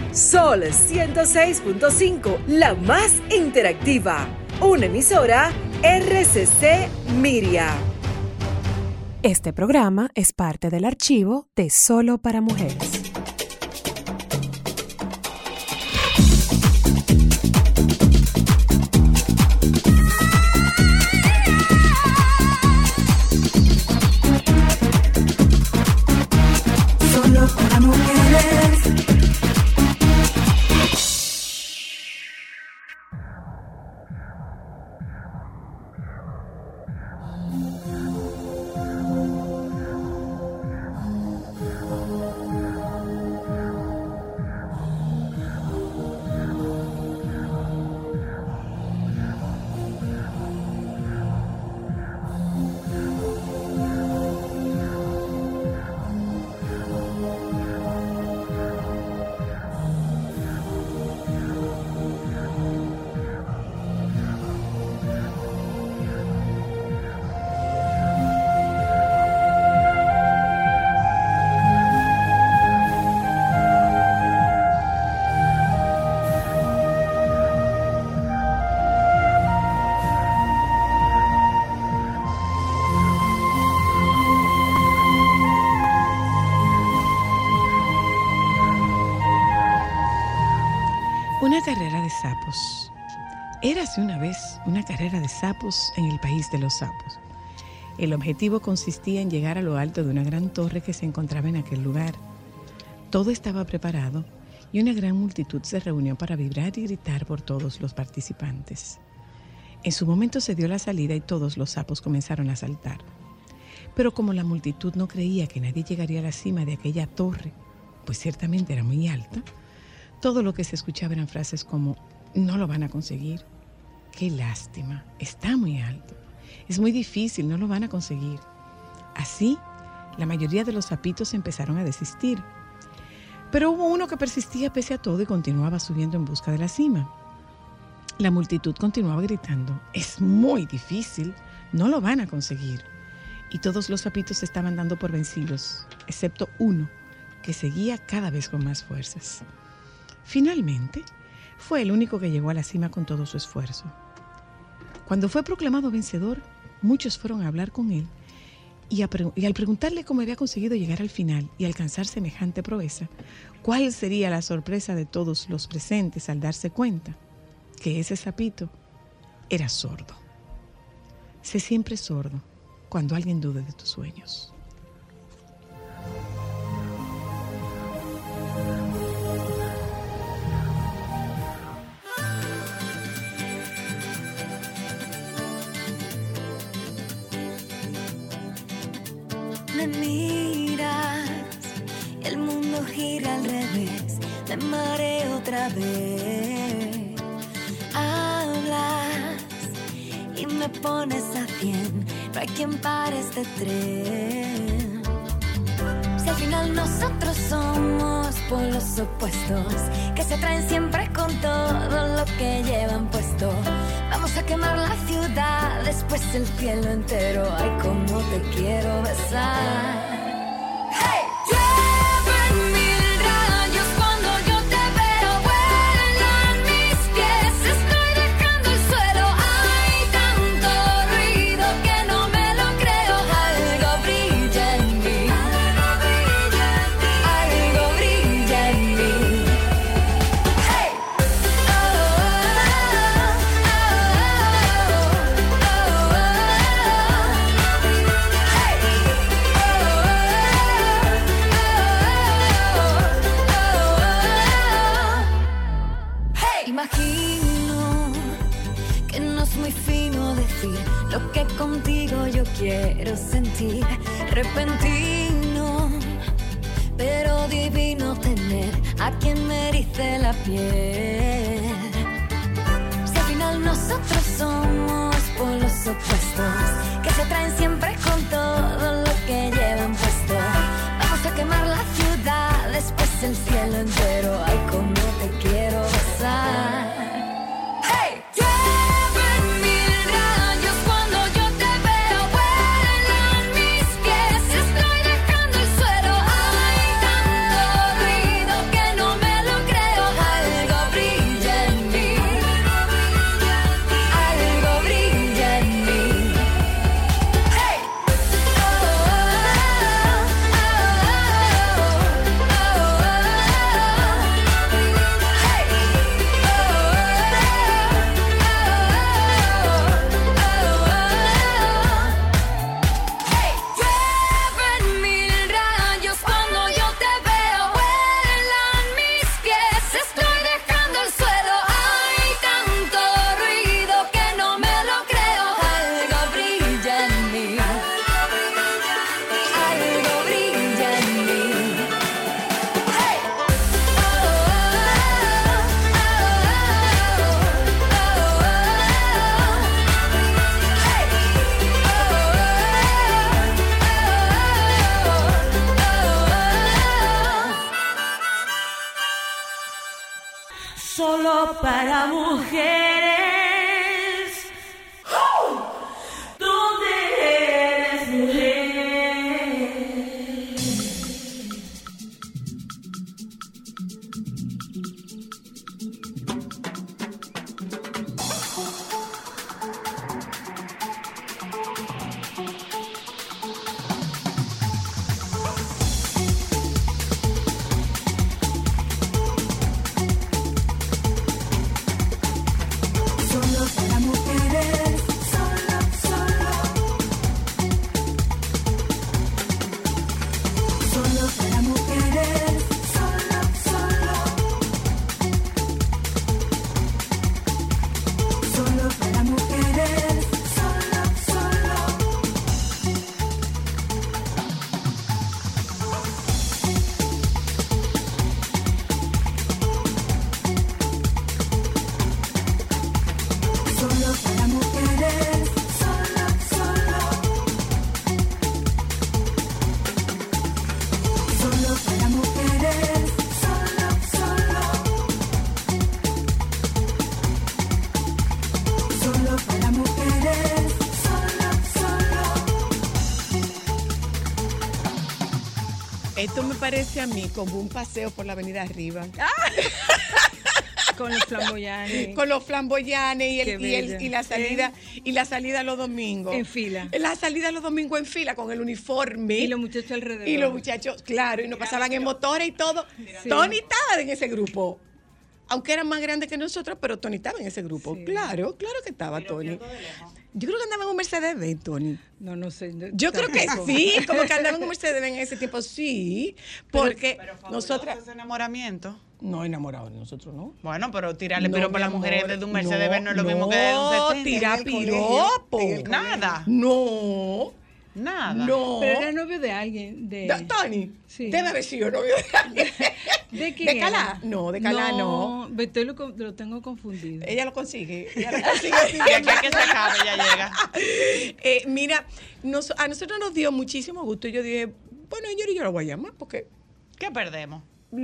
Sol 106.5, la más interactiva. Una emisora RCC Miria. Este programa es parte del archivo de Solo para Mujeres. Solo para mujeres. Una carrera de sapos. Érase una vez una carrera de sapos en el país de los sapos. El objetivo consistía en llegar a lo alto de una gran torre que se encontraba en aquel lugar. Todo estaba preparado y una gran multitud se reunió para vibrar y gritar por todos los participantes. En su momento se dio la salida y todos los sapos comenzaron a saltar. Pero como la multitud no creía que nadie llegaría a la cima de aquella torre, pues ciertamente era muy alta, todo lo que se escuchaba eran frases como: no lo van a conseguir, qué lástima, está muy alto, es muy difícil, no lo van a conseguir. Así, la mayoría de los sapitos empezaron a desistir. Pero hubo uno que persistía pese a todo y continuaba subiendo en busca de la cima. La multitud continuaba gritando: es muy difícil, no lo van a conseguir. Y todos los sapitos se estaban dando por vencidos, excepto uno, que seguía cada vez con más fuerzas. Finalmente, fue el único que llegó a la cima con todo su esfuerzo. Cuando fue proclamado vencedor, muchos fueron a hablar con él y al preguntarle cómo había conseguido llegar al final y alcanzar semejante proeza, ¿cuál sería la sorpresa de todos los presentes al darse cuenta que ese sapito era sordo? Sé siempre sordo cuando alguien dude de tus sueños. Me miras, el mundo gira al revés, me mareo otra vez. Hablas y me pones a 100, no hay quien pare este tren. Si al final nosotros somos polos opuestos, que se traen siempre con todo lo que llevan puesto. Vamos a quemar la ciudad, después el cielo entero. Ay, cómo te quiero besar. ¡Hey! Llueven mil rayos cuando yo te veo, vuelan mis pies, estoy dejando el suelo. Hay tanto ruido que no me lo creo. Algo brilla en mí, algo brilla en mí. ¡Hey! Imagino que no es muy fino decir lo que contigo yo quiero sentir. Repentino, pero divino tener a quien me erice la piel. Si al final nosotros somos polos opuestos, que se traen siempre con todo lo que llevan puesto. Vamos a quemar la ciudad, después el cielo entero. Ay, cómo te quiero besar. ¡Hey! Llueven mil rayos cuando yo te veo, vuelan mis pies, estoy dejando el suelo. Hay tanto ruido que no me lo creo. solo para mujeres. ¿Dónde eres mujer? Esto me parece a mí como un paseo por la avenida arriba. Con los flamboyanes. Con los flamboyanes y la salida y la salida los domingos. En fila. La salida los domingos en fila con el uniforme. Y los muchachos alrededor. Y los muchachos, claro, y nos pasaban en motores y todo. Sí. Tony estaba en ese grupo. Aunque eran más grandes que nosotros, pero Tony estaba en ese grupo. Sí. Claro que estaba Tony. Yo creo que andaba en un Mercedes-Benz, Tony. No sé. Yo creo que sí, como que andaba en un Mercedes-Benz en ese tiempo, sí. Porque nosotros... ¿Es enamoramiento? No, enamorados de nosotros, ¿no? Bueno, pero tirarle piropo a las mujeres desde un Mercedes-Benz no es lo mismo que de un 70. Tirar piropo. Nada. No. Nada. No. Pero era novio de alguien. Tony. Sí. Debe haber sido novio de alguien. ¿De quién? ¿De Calá? No, de Calá no. Lo tengo confundido. Ella lo consigue. Y aquí que se acabe, ya llega. Mira, a nosotros nos dio muchísimo gusto. Yo dije, bueno, yo lo voy a llamar porque... ¿Qué perdemos?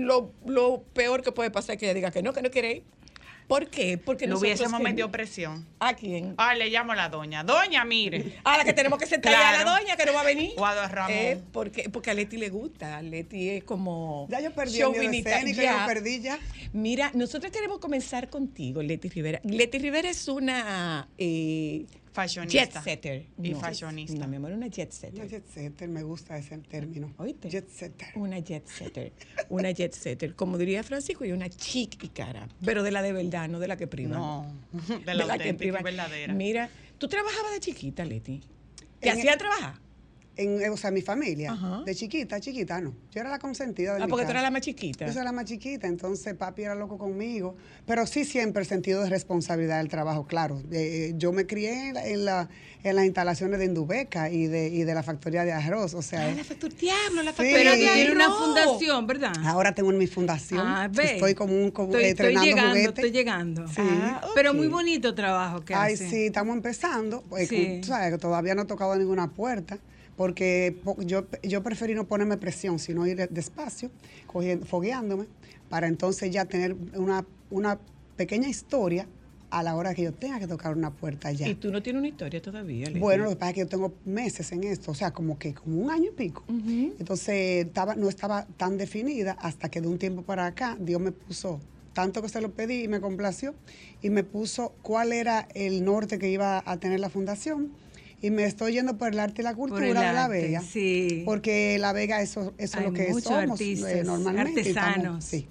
Lo peor que puede pasar es que ella diga que no quiere ir. ¿Por qué? Porque no hubiésemos metido presión. ¿A quién? Le llamo a la doña. Doña, mire. A la que tenemos que sentar a la doña, que no va a venir. O a Ramón. Porque a Leti le gusta. Leti es como... Ya yo perdí el escénico, yo lo perdí ya. Mira, nosotros queremos comenzar contigo, Leti Rivera. Leti Rivera es una... fashionista. Jet setter. Y fashionista. No, mi amor, una jet setter. Una jet setter, me gusta ese término. ¿Oíste? Jet setter. Una jet setter. Una jet setter. Como diría Francisco, y una chic y cara. Pero de la de verdad, no de la que priva. No, de la auténtica y verdadera. Mira, ¿tú trabajabas de chiquita, Leti? ¿Te hacían trabajar? O sea, mi familia, Ajá. de chiquita, no. Yo era la consentida de mi porque casa. tú eras la más chiquita. Yo soy la más chiquita, entonces papi era loco conmigo. Pero sí siempre el sentido de responsabilidad del trabajo, claro. Yo me crié en las instalaciones de Indubeca y de la factoría de arroz, o sea... la factoría de arroz. Pero tiene una fundación, ¿verdad? Ahora tengo mi fundación. Estoy como entrenando juguetes. Estoy llegando. Sí. Okay. Pero muy bonito trabajo que hace. Sí, estamos empezando. Pues, sí. Tú sabes que todavía no he tocado ninguna puerta. Porque yo preferí no ponerme presión, sino ir despacio, fogueándome, para entonces ya tener una pequeña historia a la hora que yo tenga que tocar una puerta ya. ¿Y tú no tienes una historia todavía, Leti? Bueno, lo que pasa es que yo tengo meses en esto, o sea, como un año y pico. Uh-huh. Entonces no estaba tan definida hasta que de un tiempo para acá Dios me puso, tanto que se lo pedí y me complació, y me puso cuál era el norte que iba a tener la fundación. Y me estoy yendo por el arte y la cultura de La Vega. Sí. Porque La Vega eso es lo que somos artistas, normalmente. Artesanos. Sí.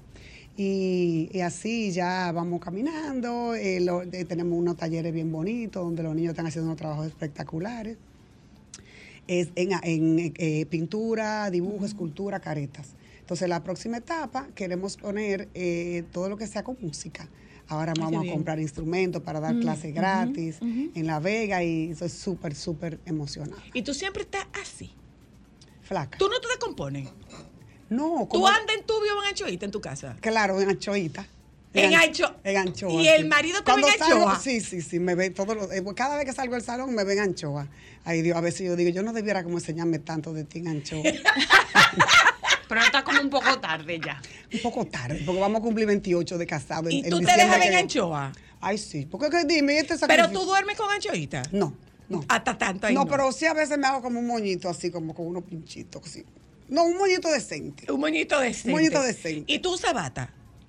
Y así ya vamos caminando. Tenemos unos talleres bien bonitos donde los niños están haciendo unos trabajos espectaculares. Es en pintura, dibujo, escultura, caretas. Entonces, la próxima etapa queremos poner todo lo que sea con música. Ahora vamos a comprar instrumentos para dar clases gratis en La Vega y estoy súper, súper emocionada. ¿Y tú siempre estás así? Flaca. ¿Tú no te descompones? No. ¿Tú andas en tubio o en anchoita en tu casa? Claro, en anchoita. En anchoa. ¿Y el marido te ve en anchoa? Sí, me ve cada vez que salgo del salón me ven anchoa. Ay Dios, a veces yo digo, yo no debiera como enseñarme tanto de ti en anchoa. Pero está como un poco tarde ya. Un poco tarde, porque vamos a cumplir 28 de casado. ¿Y en tú te diciembre dejas que en viene. anchoa? Ay, sí. Porque dime, este ¿Pero sacrificio. tú duermes con anchoita? No. Hasta tanto ahí No, pero sí a veces me hago como un moñito así, como con unos pinchitos así. No, un moñito decente. Un moñito decente. Un moñito decente. ¿Y tú usas bata?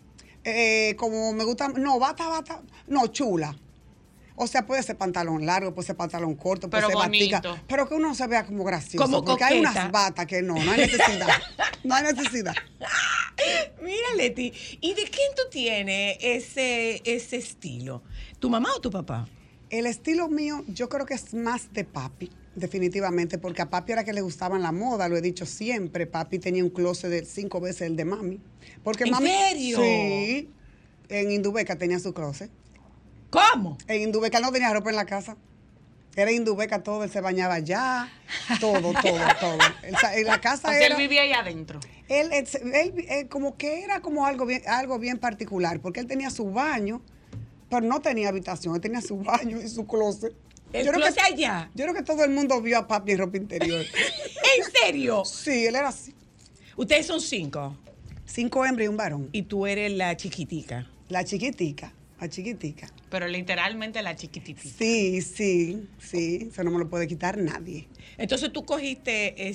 Como me gusta, no, bata, no, chula. O sea, puede ser pantalón largo, puede ser pantalón corto, puede Pero ser batica. bonito. Pero que uno se vea como gracioso. Como porque hay coqueta. unas batas que no hay necesidad. No hay necesidad. Mira, Leti, ¿y de quién tú tienes ese estilo? ¿Tu mamá o tu papá? El estilo mío, yo creo que es más de papi, definitivamente, porque a papi era que le gustaban la moda, lo he dicho siempre. Papi tenía un closet de 5 veces el de mami. Porque ¿En mami, serio? Sí. En Indubeca tenía su closet. ¿Cómo? En Indubeca no tenía ropa en la casa. Era Indubeca todo, él se bañaba allá, todo. En la casa O sea, era... él vivía ahí adentro. Él como que era como algo bien particular, porque él tenía su baño, pero no tenía habitación, él tenía su baño y su closet. ¿El creo closet que, allá? Yo creo que todo el mundo vio a papi en ropa interior. ¿En serio? Sí, él era así. Ustedes son 5 5 hembras y un varón. y tú eres la chiquitica. La chiquitica. Pero literalmente la chiquititita. Sí, eso no me lo puede quitar nadie. Entonces tú cogiste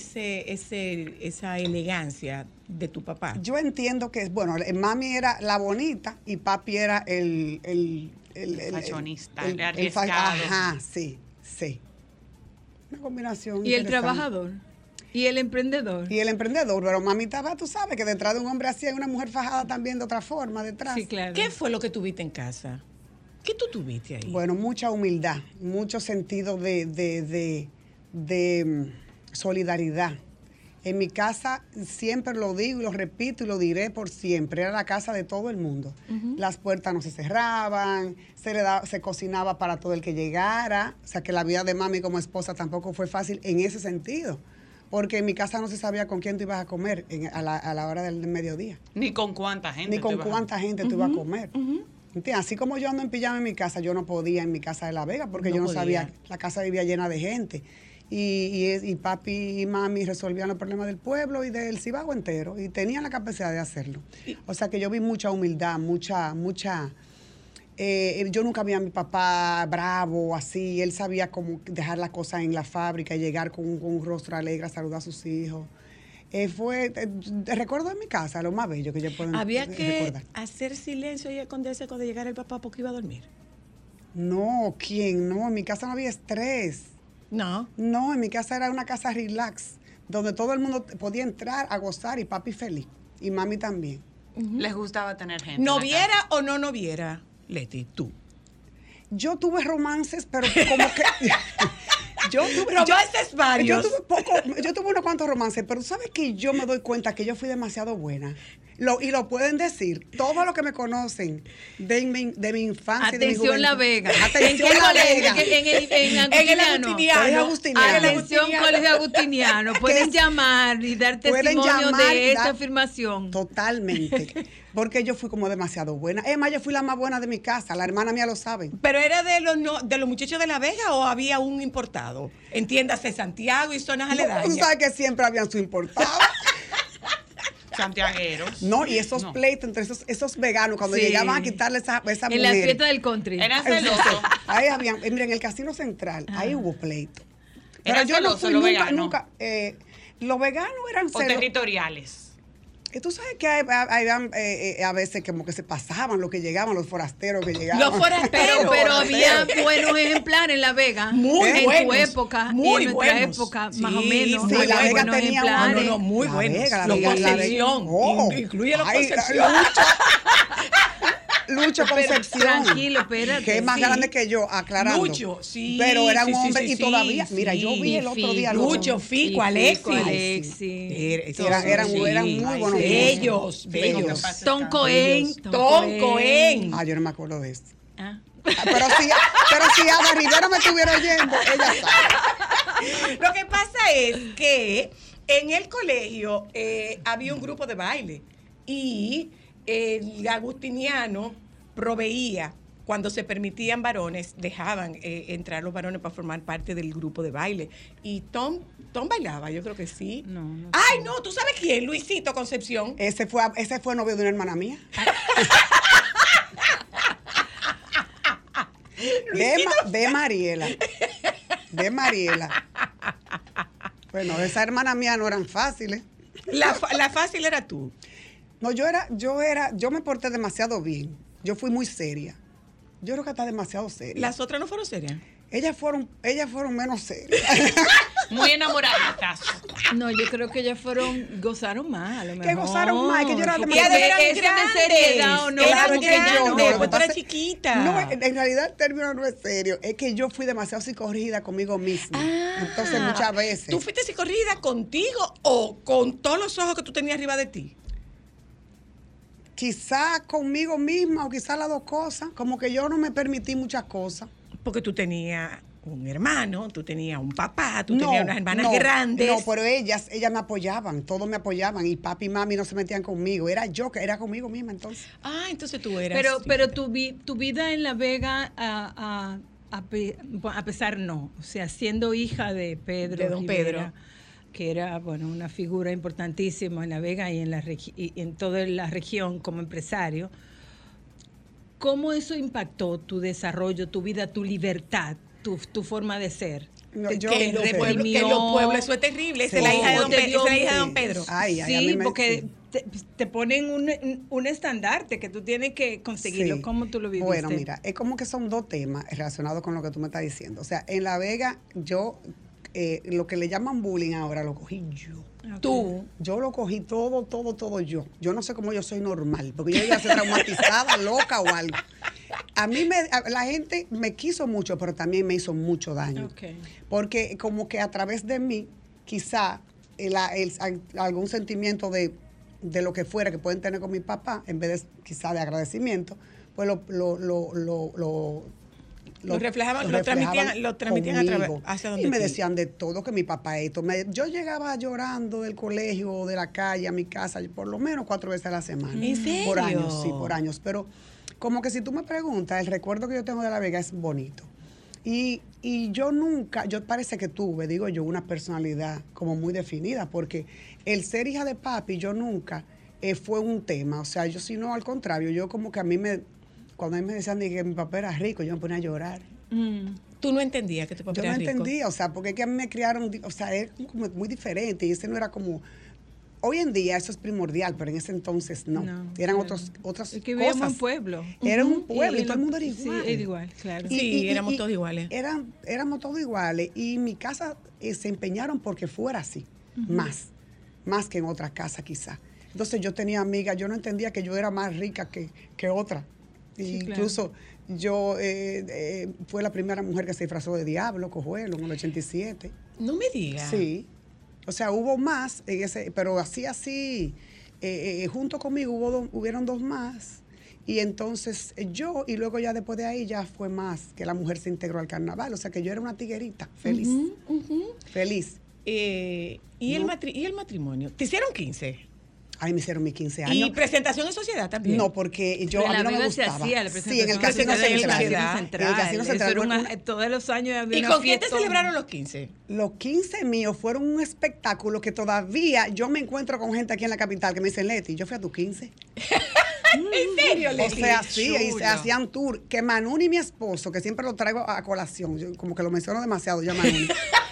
esa elegancia de tu papá. Yo entiendo que, bueno, mami era la bonita y papi era el fashionista, el fa- arriesgado. Ajá, sí. Una combinación. Y el interesante. trabajador. Y el emprendedor. Y el emprendedor, pero mami estaba, tú sabes, que detrás de un hombre así hay una mujer fajada también de otra forma detrás. Sí, claro. ¿Qué fue lo que tuviste en casa? ¿Qué tú tuviste ahí? Bueno, mucha humildad, mucho sentido de solidaridad. En mi casa, siempre lo digo y lo repito y lo diré por siempre, era la casa de todo el mundo. Las puertas no se cerraban, se cocinaba para todo el que llegara. O sea, que la vida de mami como esposa tampoco fue fácil en ese sentido. Porque en mi casa no se sabía con quién tú ibas a comer a la hora del mediodía. Ni con cuánta gente. Ni con tú ibas a- cuánta gente tú ibas a comer. ¿Entiendes? Así como yo ando en pijama en mi casa, yo no podía en mi casa de La Vega porque No yo no podía. sabía, la casa vivía llena de gente. Y papi y mami resolvían los problemas del pueblo y del Cibao entero y tenían la capacidad de hacerlo. O sea que yo vi mucha humildad, yo nunca vi a mi papá bravo, así. Él sabía cómo dejar las cosas en la fábrica y llegar con un rostro alegre a saludar a sus hijos. Recuerdo en mi casa lo más bello que yo puedo ¿Había que recordar. hacer silencio y esconderse cuando llegara el papá porque iba a dormir? No, ¿quién? No, en mi casa no había estrés. No. No, en mi casa era una casa relax, donde todo el mundo podía entrar a gozar y papi feliz. Y mami también. Les gustaba tener gente. ¿No en la viera casa. o no viera, Leti, tú? Yo tuve romances, pero como que... Romances varios. Yo tuve unos cuantos romances, pero ¿sabes que yo me doy cuenta que yo fui demasiado buena? Y lo pueden decir, todos los que me conocen de mi infancia y de mi Atención juventud. La Vega. Atención La Vega. En Agustiniano. Colegio Agustiniano. Atención Colegio Agustiniano. Pueden llamar y dar testimonio de esta dar- afirmación. Totalmente. Porque yo fui como demasiado buena. Es más, yo fui la más buena de mi casa. La hermana mía lo sabe. ¿Pero era de los muchachos de La Vega o había un importado? Entiéndase, Santiago y zonas Tú aledañas. sabes que siempre habían su importado. Santiagueros. No, y esos pleitos entre esos veganos, cuando Sí. llegaban a quitarle esa mujer. En la fiesta del country. Eran celosos. Ahí habían, mira, en el Casino Central, ahí hubo pleito. Pero ¿Eran yo no celosos fui los nunca, veganos? nunca. Los veganos eran O celos. territoriales. Tú sabes que habían a veces como que se pasaban los que llegaban, los forasteros que llegaban. Los forasteros. Pero había buenos ejemplares en La Vega. Muy en buenos, tu época muy y en nuestra buenos. época, Sí, más o menos. sí, había La Vega buenos tenía ejemplares. No, muy La buenos. Vega, la Los Vega, la Vega. Concepción. Oh. Incluye los Ay, Concepción. Lucho Pero Concepción. tranquilo, espérate. Que es más Sí. grande que yo, aclarando. Lucho, sí, Pero era un sí, sí, hombre sí, y todavía, sí, mira, yo sí. vi el otro día. Lucho, Fico, Alexis. Eran muy buenos. Bellos, Sí, bellos. lo que pasa Tom Cohen. Tom Cohen. Ah, yo no me acuerdo de eso. Ah. Pero si Ada Rivera me estuviera oyendo, ella sabe. Lo que pasa es que en el colegio había un grupo de baile y el agustiniano proveía, cuando se permitían varones, dejaban entrar los varones para formar parte del grupo de baile. Y Tom Tom bailaba, yo creo que sí. No. Ay, no, ¿tú sabes quién? Luisito Concepción. Ese fue novio de una hermana mía. de Mariela. De Mariela. Bueno, esas hermanas mías no eran fáciles. La fácil era tú. No, yo me porté demasiado bien. Yo fui muy seria. Yo creo que está demasiado seria. ¿Las otras no fueron serias? Ellas fueron menos serias. Muy enamoraditas. No, yo creo que ellas gozaron más, a lo mejor. Que gozaron más, que yo era Porque demasiado eso de seriedad o no. Claro, Eran que yo grandes, no, lo pues que tú eras pasa- chiquita. No, en realidad el término no es serio. Es que yo fui demasiado psicorrigida conmigo misma. Entonces, muchas veces. ¿Tú fuiste psicorrida contigo o con todos los ojos que tú tenías arriba de ti? Quizá conmigo misma o quizá las dos cosas. Como que yo no me permití muchas cosas. Porque tú tenías un hermano, tú tenías un papá, tú tenías unas hermanas grandes. No, pero ellas me apoyaban, todos me apoyaban. Y papi y mami no se metían conmigo. Era yo que era conmigo misma entonces. Ah, entonces tú eras. Pero tu vida en La Vega, a pesar no. O sea, siendo hija de Pedro De don Rivera, Pedro. que era, bueno, una figura importantísima en La Vega y en toda la región como empresario, ¿cómo eso impactó tu desarrollo, tu vida, tu libertad, tu forma de ser? No, ¿Te- yo te no sé. reprimió? Que los pueblos, eso es terrible. Esa es la Sí. hija de ¿O don te Pedro. dio- Esa es la hija de don Pedro. Ay, a Sí, mí me- porque sí. te ponen un estandarte que tú tienes que conseguirlo. Sí. ¿Cómo tú lo viviste? Bueno, mira, es como que son dos temas relacionados con lo que tú me estás diciendo. O sea, en La Vega, yo, lo que le llaman bullying ahora, lo cogí yo. Ok. Tú. Yo lo cogí todo yo. Yo no sé cómo yo soy normal, porque yo iba a ser traumatizada, loca o algo. La gente me quiso mucho, pero también me hizo mucho daño. Ok. Porque como que a través de mí, quizá algún sentimiento de lo que fuera que pueden tener con mi papá, en vez de quizá de agradecimiento, pues Lo reflejaban, lo transmitían a través, conmigo. hacia donde Y me ti. decían de todo, que mi papá esto. Yo llegaba llorando del colegio o de la calle a mi casa por lo menos 4 veces a la semana. ¿En serio? Por años, sí, por años. Pero como que si tú me preguntas, el recuerdo que yo tengo de La Vega es bonito. Y yo parece que tuve, digo yo, una personalidad como muy definida, porque el ser hija de papi, yo nunca fue un tema. O sea, yo sino al contrario, yo como que cuando a mí me decían que mi papá era rico, yo me ponía a llorar. Tú no entendías que tu papá Yo no era rico. entendía, o sea, porque es que a mí me criaron, o sea, es como muy diferente y ese no era como... Hoy en día eso es primordial, pero en ese entonces no. Eran claro. otras Es que vivíamos cosas. en pueblo. Era un pueblo y todo el mundo era Sí, igual. era igual, claro. Sí, éramos todos iguales. Éramos todos iguales y en mi casa se empeñaron porque fuera así, más que en otras casas quizá. Entonces yo tenía amigas, yo no entendía que yo era más rica que otra. Sí, claro. Incluso yo fue la primera mujer que se disfrazó de diablo, cojuelo, en el 87. No me digas. Sí. O sea, hubo más, pero así, junto conmigo hubieron 2 más. Y entonces yo, y luego ya después de ahí ya fue más, que la mujer se integró al carnaval. O sea, que yo era una tiguerita, feliz. Feliz. ¿Y el matrimonio? ¿Te hicieron 15? Ay, me hicieron mis 15 años. ¿Y presentación en sociedad también? No, porque yo Pero a mí no me se gustaba. hacía la Sí, en el presentación casino en el central. Casino En el casino Eso central. era Bueno, todos los años había ¿Y una con quién te fiesta. celebraron los 15? Los 15 míos fueron un espectáculo que todavía yo me encuentro con gente aquí en la capital que me dicen, Leti, yo fui a tus 15. ¿En serio, O Leti? sea, sí, y se hacían tour. Que Manuni, mi esposo, que siempre lo traigo a colación, yo como que lo menciono demasiado yo a Manuni.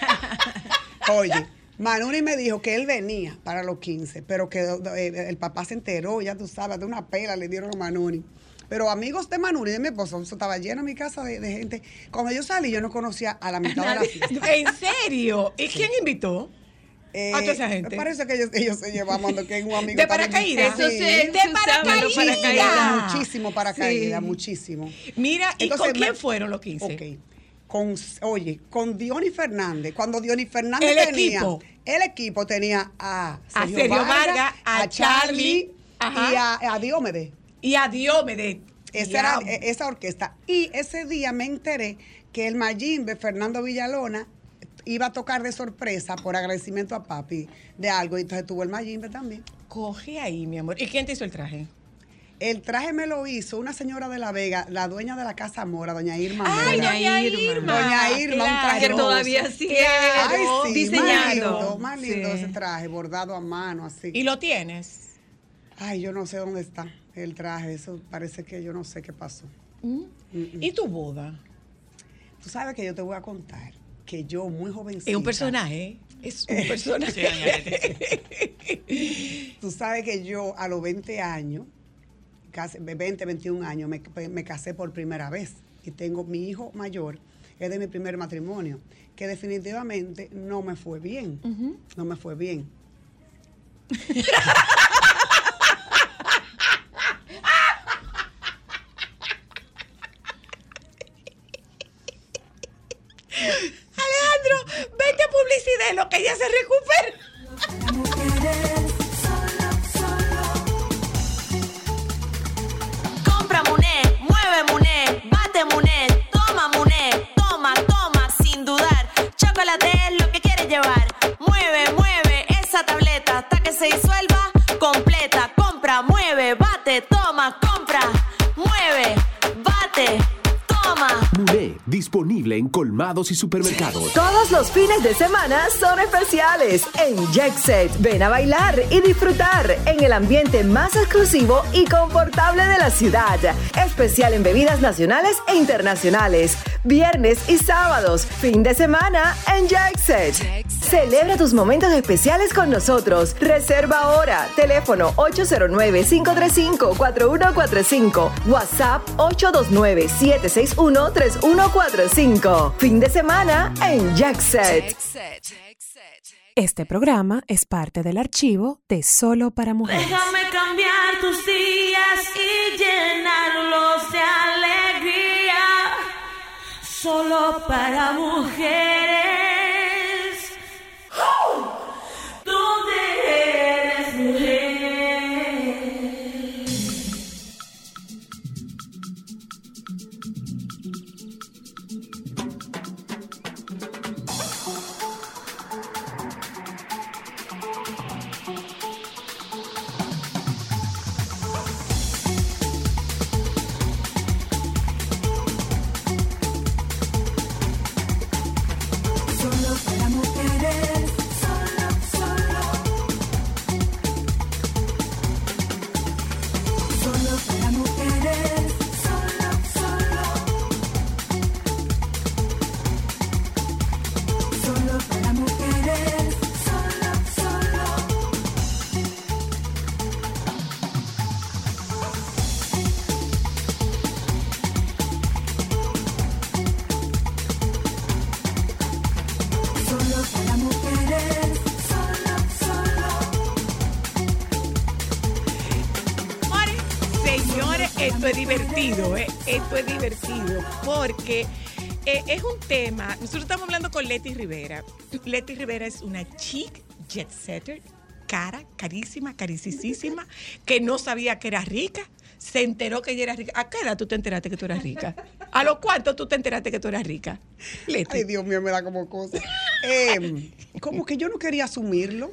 Oye, Manuni me dijo que él venía para los 15, pero que el papá se enteró, ya tú sabes, de una pela le dieron a Manuni. Pero amigos de Manuni, de mi esposo, eso estaba lleno mi casa de gente. Cuando yo salí, yo no conocía a la mitad de la fiesta. ¿En serio? ¿Y quién invitó? A toda esa gente. Me parece que ellos se llevaban que un amigo ¿De también. paracaídas? Eso Sí. se De usaba los paracaídas. Muchísimo paracaídas, Sí. muchísimo. Mira, ¿y Entonces, con quién fueron los 15? Ok. Con Diony Fernández. Cuando Diony Fernández el equipo tenía a Sergio Vargas, a Charlie, ajá, y a Diomedes. Y a Diomedes. Esa era esa orquesta. Y ese día me enteré que el Mayimbe, Fernando Villalona, iba a tocar de sorpresa por agradecimiento a papi de algo. Y entonces tuvo el Mayimbe también. Coge ahí, mi amor. ¿Y quién te hizo el traje? El traje me lo hizo una señora de La Vega, la dueña de la Casa Mora, doña Irma Mora. Doña Irma. Doña Irma, un traje que hermoso. todavía sigue diseñando. Más lindo Sí. ese traje, bordado a mano, así. ¿Y lo tienes? Ay, yo no sé dónde está el traje. Eso parece que yo no sé qué pasó. ¿Y tu boda? Tú sabes que yo te voy a contar que yo, muy jovencita. Es un personaje. Es un personaje. Tú sabes que yo, a los 20 años, casi 20, 21 años, me casé por primera vez. Y tengo mi hijo mayor, es de mi primer matrimonio, que definitivamente no me fue bien. No me fue bien. Alejandro, vete a publicidad en lo que ella se recupera. Compra Muné, mueve Muné, bate Muné, toma Muné, toma, toma, sin dudar. Chocolate es lo que quieres llevar. Mueve, mueve esa tableta hasta que se disuelva completa. Compra, mueve, bate, toma, compra, mueve, bate, toma. Muné, disponible en colmados y supermercados. Todos los fines de semana son especiales en Jet Set. Ven a bailar y disfrutar en el ambiente más exclusivo y confortable de la ciudad. Especial en bebidas nacionales e internacionales. Viernes y sábados, fin de semana en Jet Set. Celebra tus momentos especiales con nosotros. Reserva ahora. Teléfono 809-535-4145. WhatsApp 829-761-3145. Fin de semana en Jet Set. Este programa es parte del archivo de Solo para Mujeres. Déjame cambiar tus días y llenarlos de alegría. Solo para mujeres. ¿Dónde eres mujer? Solo para mujeres, solo, solo. Solo para mujeres, solo, solo. Solo para mujeres, solo, solo. Solo para mujeres, solo, solo. Señores, esto es divertido, esto es divertido, porque es un tema. Nosotros estamos hablando con Leti Rivera. Leti Rivera es una chic jet setter, carísima, carísima, que no sabía que era rica. Se enteró que ella era rica. ¿A qué edad tú te enteraste que tú eras rica? ¿A lo cuánto tú te enteraste que tú eras rica? Leti. Ay, Dios mío, me da como cosa. Como que yo no quería asumirlo.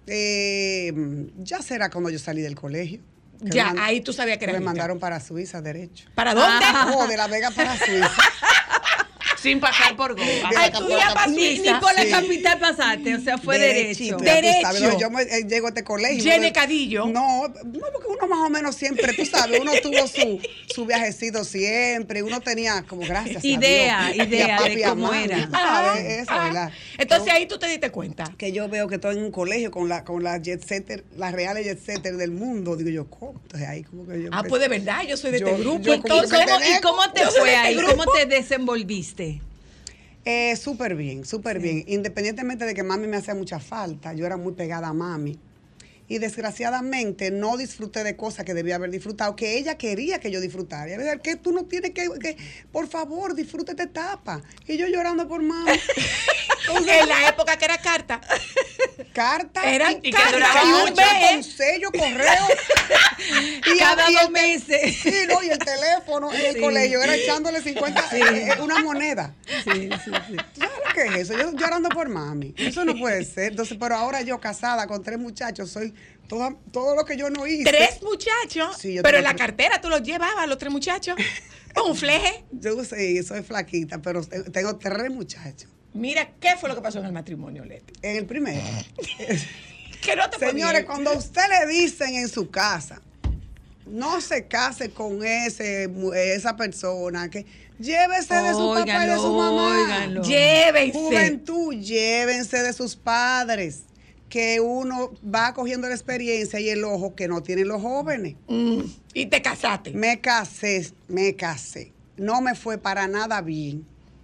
Ya será cuando yo salí del colegio. Que Ya, ahí tú sabías que era me rica. mandaron para Suiza, derecho. ¿Para dónde? No, de La Vega para Suiza. Sin pasar por Goa. Ay, tú ibas para Ni Suiza. por la Sí. capital pasaste, o sea, fue Derechito, derecho. ya tú sabes, no, yo llego a este colegio. Llene Cadillo. No, porque uno más o menos siempre, tú sabes, uno tuvo su viajecito siempre, uno tenía como gracias Idea a Dios. de y a papi y a cómo mami, era. tú sabes, eso, ¿verdad? Entonces Yo- ahí tú te diste cuenta. que yo veo que estoy en un colegio con la jet setter, las reales jet setter del mundo, digo yo, ¿cómo? Entonces ahí como que yo Ah, empecé- pues de verdad, yo soy de Yo- este grupo. yo como Entonces, que te ¿Y cómo te Yo soy fue de este ahí? grupo. ¿Cómo te desenvolviste? Súper bien, súper bien. Independientemente de que mami me hacía mucha falta, yo era muy pegada a mami. Y desgraciadamente no disfruté de cosas que debía haber disfrutado, que ella quería que yo disfrutara. Y a veces, que tú no tienes que, por favor, disfruta esta etapa. Y yo llorando por mami. en la época que era carta. Carta Eran- y que carta, duraba y un mucho. mes, con sello, correo. Cada y 2 el meses. Sí, no, y el teléfono en el Sí. colegio era echándole 50, una moneda. Sí, sí, sí. ¿Tú sabes lo qué es eso? Yo llorando por mami. Eso no puede ser. Entonces, pero ahora yo casada con 3 muchachos, soy todo lo que yo no hice. 3 muchachos. Sí, pero en la cartera tú los llevabas a los 3 muchachos. Con un fleje. Yo sí, soy flaquita, pero tengo 3 muchachos. Mira, ¿qué fue lo que pasó en el matrimonio, Leti? En el primero. Que no te Señores, cuando a usted le dicen en su casa, no se case con esa persona, que llévese de su papá y de su mamá. Óiganlo. Llévense. Juventud, llévense de sus padres, que uno va cogiendo la experiencia y el ojo que no tienen los jóvenes. Y te casaste. Me casé. No me fue para nada bien.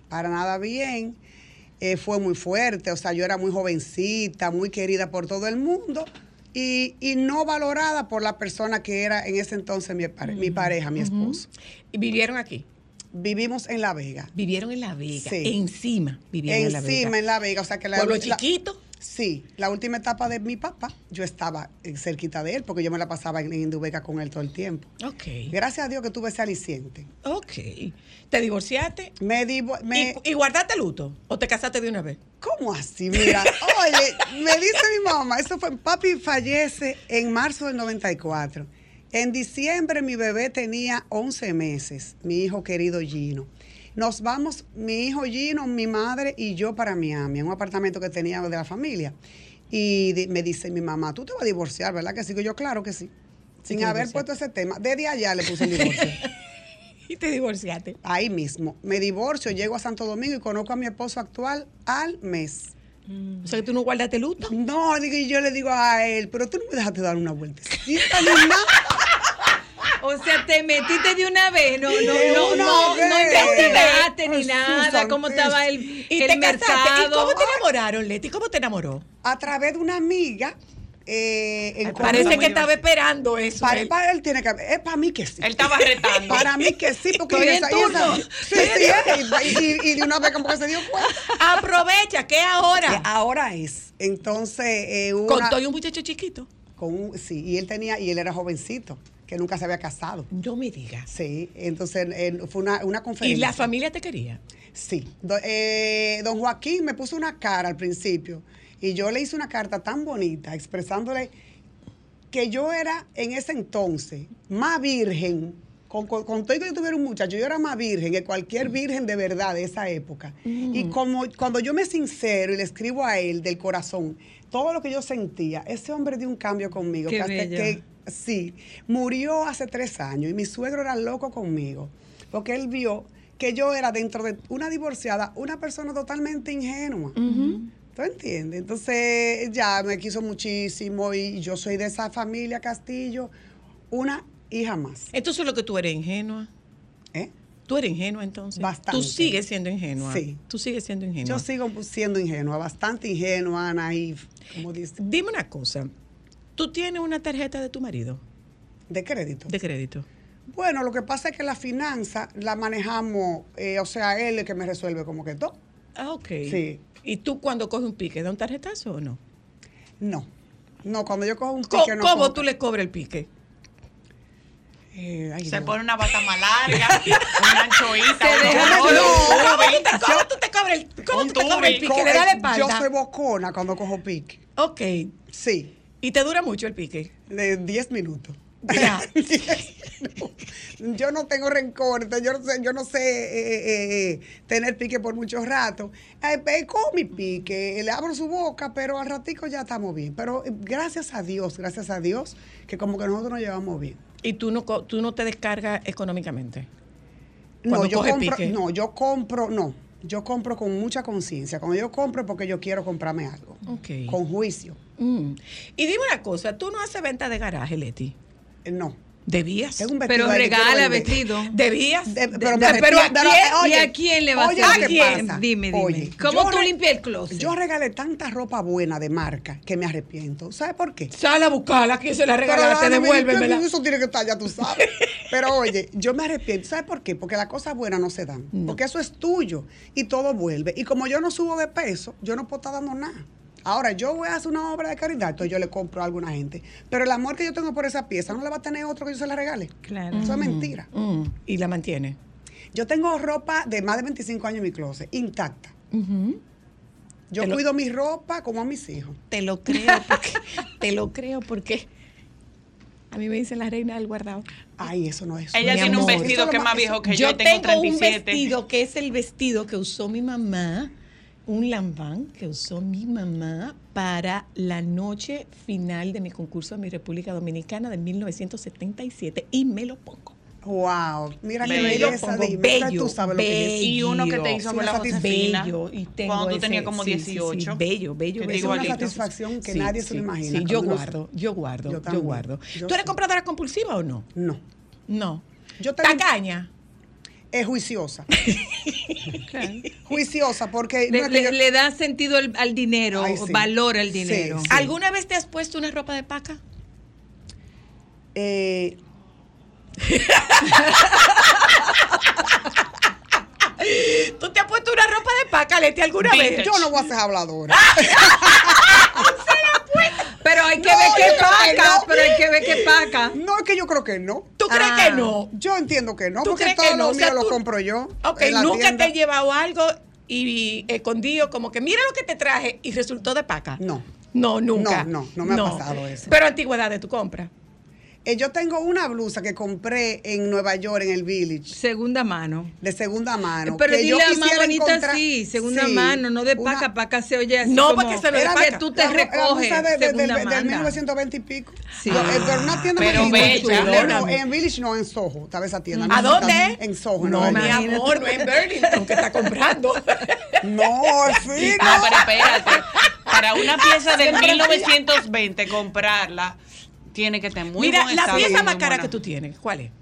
Fue muy fuerte, o sea, yo era muy jovencita, muy querida por todo el mundo y no valorada por la persona que era en ese entonces mi pareja, mi esposo. ¿Y vivieron aquí? Vivimos en La Vega. Vivieron en La Vega. Sí. Encima vivieron en La Vega. Encima en La Vega, o sea que ¿Pueblo chiquito? Sí, la última etapa de mi papá, yo estaba cerquita de él, porque yo me la pasaba en Induvega con él todo el tiempo. Ok. Gracias a Dios que tuve ese aliciente. Ok. ¿Te divorciaste? ¿Y guardaste luto? ¿O te casaste de una vez? ¿Cómo así? Mira, oye, me dice mi mamá, papi fallece en marzo del 94. En diciembre mi bebé tenía 11 meses, mi hijo querido Gino. Nos vamos, mi hijo Gino, mi madre y yo para Miami, en un apartamento que tenía de la familia. Y me dice mi mamá, tú te vas a divorciar, ¿verdad que sí? Yo, claro que sí. Sin haber puesto ese tema. Desde allá le puse el divorcio. ¿Y te divorciaste? Ahí mismo. Me divorcio, llego a Santo Domingo y conozco a mi esposo actual al mes. O sea, que tú no guardaste luto. No, y yo le digo a él, pero tú no me dejaste dar una vueltecita ni nada. O sea, te metiste de una vez, no investigaste ni nada, cómo estaba el mercado. ¿Y cómo te enamoraron, Leti? ¿Cómo te enamoró? A través de una amiga. Parece que estaba esperando eso. Para él tiene que. Es para mí que sí. Él estaba retando. Para mí que sí, porque estoy en turno. Y de una vez como que se dio cuenta. Aprovecha, ¿qué ahora? Ahora es. Entonces, contó y un muchacho chiquito. Sí, y él era jovencito, que nunca se había casado. No me digas. Sí, entonces fue una conferencia. ¿Y la familia te quería? Sí. Don Joaquín me puso una cara al principio. Y yo le hice una carta tan bonita expresándole que yo era en ese entonces más virgen, con todo que yo tuviera un muchacho, yo era más virgen que cualquier virgen de verdad de esa época. Y cuando yo me sincero y le escribo a él del corazón todo lo que yo sentía, ese hombre dio un cambio conmigo. Qué bello. Sí, murió hace 3 años y mi suegro era loco conmigo, porque él vio que yo era dentro de una divorciada, una persona totalmente ingenua. ¿Tú entiendes? Entonces ya me quiso muchísimo y yo soy de esa familia Castillo, una hija más. Entonces es lo que tú eres ingenua. ¿Eh? ¿Tú eres ingenua entonces? Bastante. ¿Tú sigues siendo ingenua? Sí. ¿Tú sigues siendo ingenua? Yo sigo siendo ingenua, bastante ingenua, naif, como dice. Dime una cosa, ¿tú tienes una tarjeta de tu marido? ¿De crédito? De crédito. Bueno, lo que pasa es que la finanza la manejamos, o sea, él es el que me resuelve como que todo. Ah, ok. Sí. ¿Y tú cuando coges un pique, da un tarjetazo o no? No, cuando yo cojo un pique no. ¿Cómo tú le cobras el pique? Se pone una bata más larga, una anchoita. ¿Cómo tú te cobras el pique? Le da la espalda. Yo soy bocona cuando cojo pique. Ok. Sí. ¿Y te dura mucho el pique? De 10 minutos. Ya. Yo no tengo rencor, yo no sé tener pique por mucho rato. Cojo mi pique, le abro su boca, pero al ratico ya estamos bien. Pero gracias a Dios, que como que nosotros nos llevamos bien. ¿Y tú no te descargas económicamente? No, yo compro con mucha conciencia. Cuando yo compro es porque yo quiero comprarme algo. Okay. Con juicio. Y dime una cosa, ¿tú no haces venta de garaje, Leti? No. ¿Debías? Pero regala vestido. ¿Debías? ¿Y a quién le vas a hacer? ¿A quién? Dime. Oye, ¿Cómo tú limpias el closet? Yo regalé tanta ropa buena de marca que me arrepiento. ¿Sabes por qué? Sal a buscarla, ¿quién se la regalaste? Devuélvemela. Eso tiene que estar ya, tú sabes. Pero oye, yo me arrepiento. ¿Sabes por qué? Porque las cosas buenas no se dan. No. Porque eso es tuyo y todo vuelve. Y como yo no subo de peso, yo no puedo estar dando nada. Ahora, yo voy a hacer una obra de caridad, entonces yo le compro a alguna gente. Pero el amor que yo tengo por esa pieza no la va a tener otro que yo se la regale. Claro. Eso es mentira. ¿Y la mantiene? Yo tengo ropa de más de 25 años en mi closet, intacta. Yo cuido mi ropa como a mis hijos. Te lo creo porque a mí me dicen la reina del guardado. Ay, eso no es. Ella tiene un vestido que es más viejo que yo. Yo tengo un vestido que es el vestido que usó mi mamá, un lambán que usó mi mamá para la noche final de mi concurso de mi República Dominicana de 1977 y me lo pongo. Wow, mira qué Bello, belleza, pongo, dime. bello, Tú sabes lo que es. Y uno que te hizo con la Josefina. Bello, y tengo cuando tú ese, tenías como 18. Sí, bello. Es una satisfacción que nadie se lo imagina. Sí, yo guardo. ¿Tú eres compradora compulsiva o no? No. ¿Tacaña? Es juiciosa. Juiciosa porque... Le da sentido al dinero, valor al dinero. Sí. ¿Alguna vez te has puesto una ropa de paca? ¿Tú te has puesto una ropa de paca, Leti, alguna vez? Yo no voy a ser habladora. Pero hay que ver qué paca. No, es que yo creo que no. ¿Tú crees que no? Yo entiendo que no, ¿Tú porque crees todo que no? lo O sea, mío lo compro yo. Ok, en la nunca tienda. te he llevado algo y escondido como que mira lo que te traje y resultó de paca. No. No, nunca. No me ha pasado eso. Pero antigüedades tú compras. Yo tengo una blusa que compré en Nueva York, en el Village. Segunda mano. De segunda mano. Pero que dile yo más bonita encontrar... así, segunda mano, no de paca. Paca se oye así no, como... porque se lo de Era paca. que tú te recoges del 1920 y pico. Sí. Pero una tienda pero bella. No, en Village no, en Soho. Estaba esa tienda. ¿A dónde? En Soho. No, mi amor, no en Burlington, que está comprando. No, sí. No, pero espérate. Para una pieza del 1920 comprarla tiene que tener muy Mira, buen la estado, pieza muy más cara buena. que tú tienes, ¿cuál es?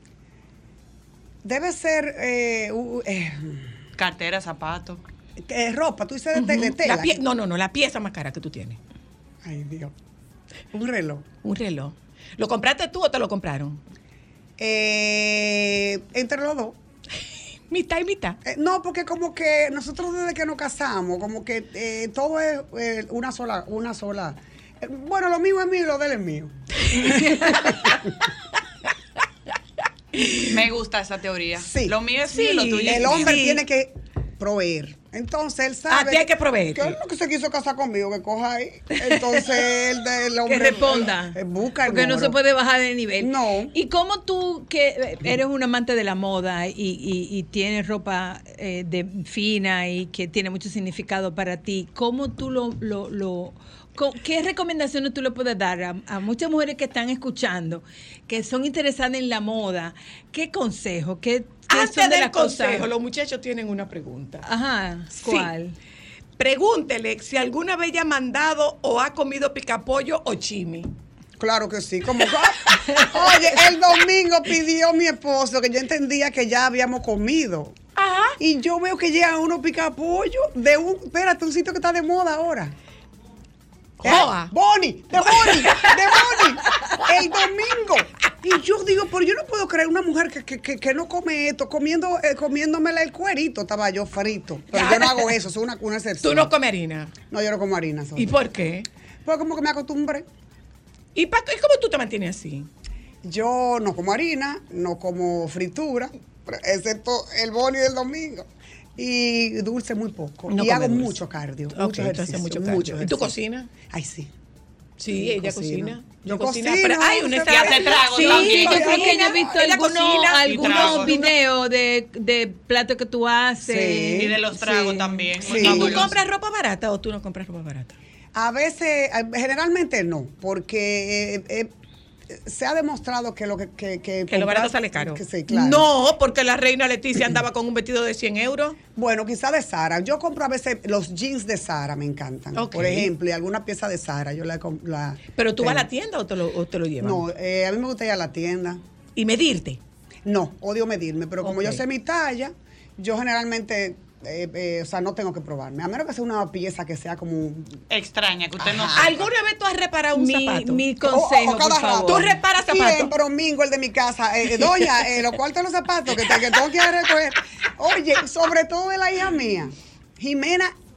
Debe ser cartera, zapatos. Ropa, tú dices de tela. No, la pieza más cara que tú tienes. Ay, Dios. Un reloj. Un reloj. ¿Lo compraste tú o te lo compraron? Entre los dos. ¿Mitad y mitad? No, porque como que nosotros desde que nos casamos, como que todo es una sola. Bueno, lo mío es mío y lo de él es mío. Me gusta esa teoría. Sí. Lo mío es mío y lo tuyo es El mío. hombre tiene que proveer. Entonces él sabe. Tiene que proveer. Que es lo que se quiso casar conmigo, que coja ahí. Entonces el hombre. Que responda. Busca el porque no número. se puede bajar de nivel. No. ¿Y cómo tú, que eres un amante de la moda y tienes ropa fina y que tiene mucho significado para ti, cómo tú ¿qué recomendaciones tú le puedes dar a muchas mujeres que están escuchando, que son interesadas en la moda? ¿Qué consejo? Antes del consejo, los muchachos tienen una pregunta. Ajá, ¿cuál? Sí. Pregúntele si alguna vez ya ha mandado o ha comido picapollo o chimi. Claro que sí. Oye, el domingo pidió mi esposo que yo entendía que ya habíamos comido. Ajá. Y yo veo que llegan unos picapollos espérate, un sitio que está de moda ahora. Bonnie, el domingo. Y yo digo, pero yo no puedo creer una mujer que no come esto, comiéndomela el cuerito, estaba yo frito. Pero yo no hago eso, es una excepción. ¿Tú no comes harina? No, yo no como harina. ¿Y por qué? Pues como que me acostumbré. ¿Y cómo tú te mantienes así? Yo no como harina, no como fritura, excepto el Bonnie del domingo. Y dulce muy poco. No y hago dulce. mucho cardio. Okay, mucho ejercicio. mucho cardio. ¿Y tú cocinas? Ay, sí. Sí, ella cocina. Yo cocino. cocino. Pero hay una Y hace tragos Sí, también. yo creo que yo he visto algunos tragos. videos de platos que tú haces. Sí. Y de los tragos también. Sí. Muy ¿Y tú fabuloso. compras ropa barata o tú no compras ropa barata? A veces, generalmente no, porque se ha demostrado que lo que lo barato sale caro. Que sí, claro. No, porque la reina Leticia andaba con un vestido de 100 euros. Bueno, quizá de Zara. Yo compro a veces los jeans de Zara, me encantan. Ok. Por ejemplo, y alguna pieza de Zara. Yo la ¿Pero tú vas a la tienda o te lo llevas? No, a mí me gusta ir a la tienda. ¿Y medirte? No, odio medirme, pero como Ok. yo sé mi talla, yo generalmente, no tengo que probarme. A menos que sea una pieza que sea como... Extraña, que usted no Ajá. sepa. ¿Alguna vez tú has reparado un zapato? Mi consejo, O cada por favor. rato. ¿Tú reparas zapatos? Siempre domingo el de mi casa. Doña, los cuartos de los zapatos que tengo que ir a recoger. Oye, sobre todo de la hija mía, Jimena,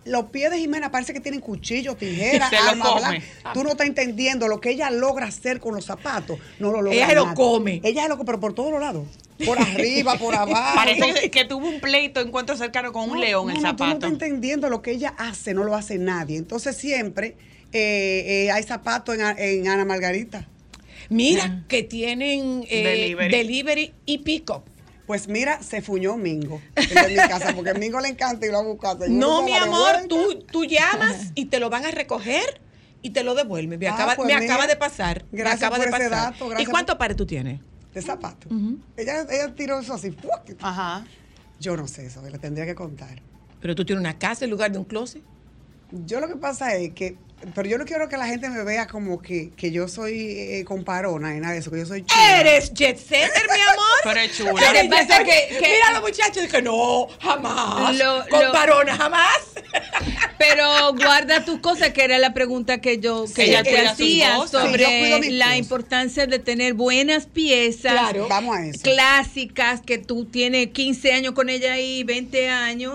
los pies de Jimena parece que tienen cuchillos, tijeras, Se lo armas, come. ¿verdad? Tú no estás entendiendo lo que ella logra hacer con los zapatos. No lo logra. Ella se lo nadie. come. Ella se lo come, pero por todos los lados. Por arriba, por abajo. Parece que tuvo un pleito, encuentro cercano con un león el Tú no zapato. estás entendiendo lo que ella hace, no lo hace nadie. Entonces siempre hay zapatos en Ana Margarita. Mira, que tienen delivery y pick-up. Pues mira, se fuñó Mingo en mi casa, porque a Mingo le encanta ir a buscar. No, mi amor, tú llamas y te lo van a recoger y te lo devuelven. Me acaba de pasar. Gracias me acaba por de ese pasar. dato, gracias ¿Y cuántos pares tú tienes? De zapatos. Ella tiró eso así. Ajá. Yo no sé eso, le tendría que contar. Pero tú tienes una casa en lugar de un closet. Yo lo que pasa es que, pero yo no quiero que la gente me vea como que yo soy comparona y nada de eso, que yo soy chula. Eres jet setter, mi amor. Pero es chula. Lo que pasa es que mira a los muchachos, dije, no, jamás. Comparona, jamás. Pero guarda tus cosas, que era la pregunta que yo ella te cuida sus hacía cosas. Sí, yo sobre cuido mis la cosas. importancia de tener buenas piezas. Claro. Vamos a eso. Clásicas, que tú tienes 15 años con ella ahí, 20 años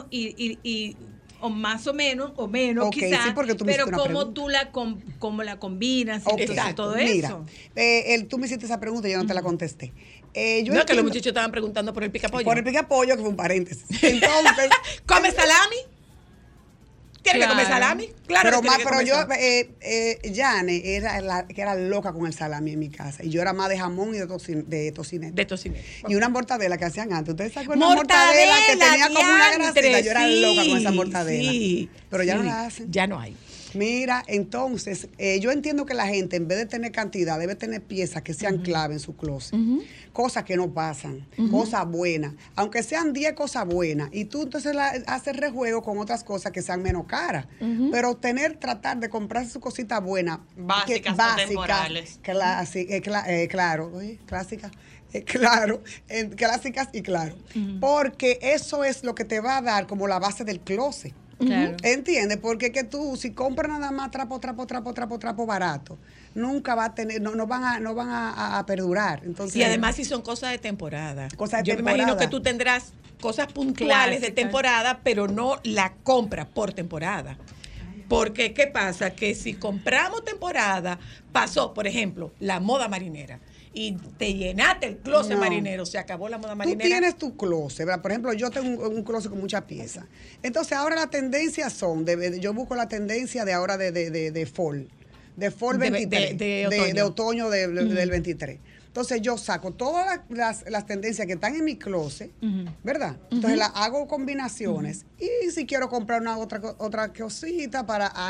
o más o menos, o menos Ok, quizás, sí, porque tú me pero hiciste una cómo pregunta. tú cómo la combinas, Ok, entonces, todo mira, eso. tú me hiciste esa pregunta y yo no te la contesté. Yo No, que entiendo- los muchachos estaban preguntando por el picapollo. Por el picapollo, que fue un paréntesis. Entonces, ¿Come salami? ¿Tiene que comer Claro. salami? Claro pero que más, tiene que pero comer yo, salami. Jane que era loca con el salami en mi casa. Y yo era más de jamón y de tocineta. De tocineta. Y una mortadela que hacían antes. ¿Ustedes se acuerdan de la Mortadela, mortadela que tenía como una diantre, grasita? Yo era sí, loca con esa mortadela. sí, pero ya sí. no la hacen. Ya no hay. Mira, entonces, yo entiendo que la gente, en vez de tener cantidad, debe tener piezas que sean clave en su closet. Cosas que no pasan, cosas buenas. Aunque sean 10 cosas buenas. Y tú entonces haces rejuego con otras cosas que sean menos caras. Pero tratar de comprarse su cosita buena. Básicas, atemporales. Claro, oye, clásicas. Claro, clásicas y claro. Porque eso es lo que te va a dar como la base del closet. Claro. ¿Entiendes? Porque que tú, si compras nada más trapo barato, nunca va a tener, no van a perdurar. Entonces, Y además si son cosas de temporada. Cosas de Yo temporada. me imagino que tú tendrás cosas puntuales de Clásicas. temporada, pero no la compra por temporada. Porque, ¿qué pasa? Que si compramos temporada, pasó, por ejemplo, la moda marinera. Y te llenaste el closet No. marinero, se acabó la moda tú marinera. tienes tu closet, ¿verdad? Por ejemplo, yo tengo un closet con muchas piezas. Entonces, ahora las tendencias son, yo busco la tendencia de ahora de fall. De fall De- 23. de otoño. Del 23. Entonces yo saco todas las tendencias que están en mi closet, ¿verdad? Entonces hago combinaciones y si quiero comprar una otra cosita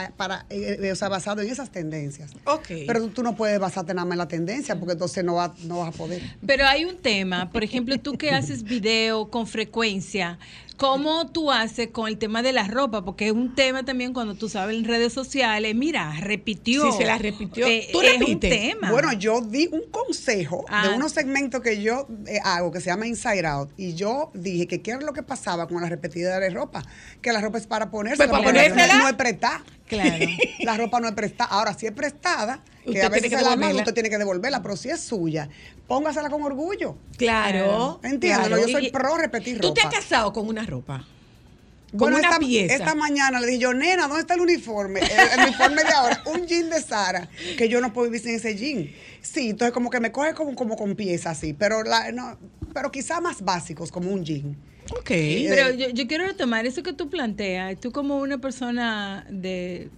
o sea, basado en esas tendencias. Ok. Pero tú no puedes basarte nada más en la tendencia porque entonces no vas a poder. Pero hay un tema, por ejemplo, tú que haces video con frecuencia, ¿cómo tú haces con el tema de la ropa? Porque es un tema también cuando tú sabes en redes sociales, mira, repitió. Sí, se la repitió. ¿Tú es un repites? tema. Bueno, yo di un consejo Ah. de unos segmentos que yo hago que se llama Inside Out y yo dije que qué era lo que pasaba con la repetida de ropa, que la ropa es para ponerse, Pues para ponérsela. no es prestada. Claro. La ropa no es prestada. Ahora, si es prestada, que Usted a veces tiene que se la manda, devolverla. usted tiene que devolverla, pero si es suya, póngasela con orgullo. Claro. Entiéndelo, claro. yo soy Y- pro repetir ¿Tú ropa. te has casado con una ropa? Con Bueno, una pieza. esta mañana le dije yo, nena, ¿dónde está el uniforme? El uniforme de ahora, un jean de Sara, que yo no puedo vivir sin ese jean. Sí, entonces como que me coge como con piezas así, pero pero quizá más básicos, como un jean. Ok. Pero yo quiero retomar eso que tú planteas. Tú como una persona de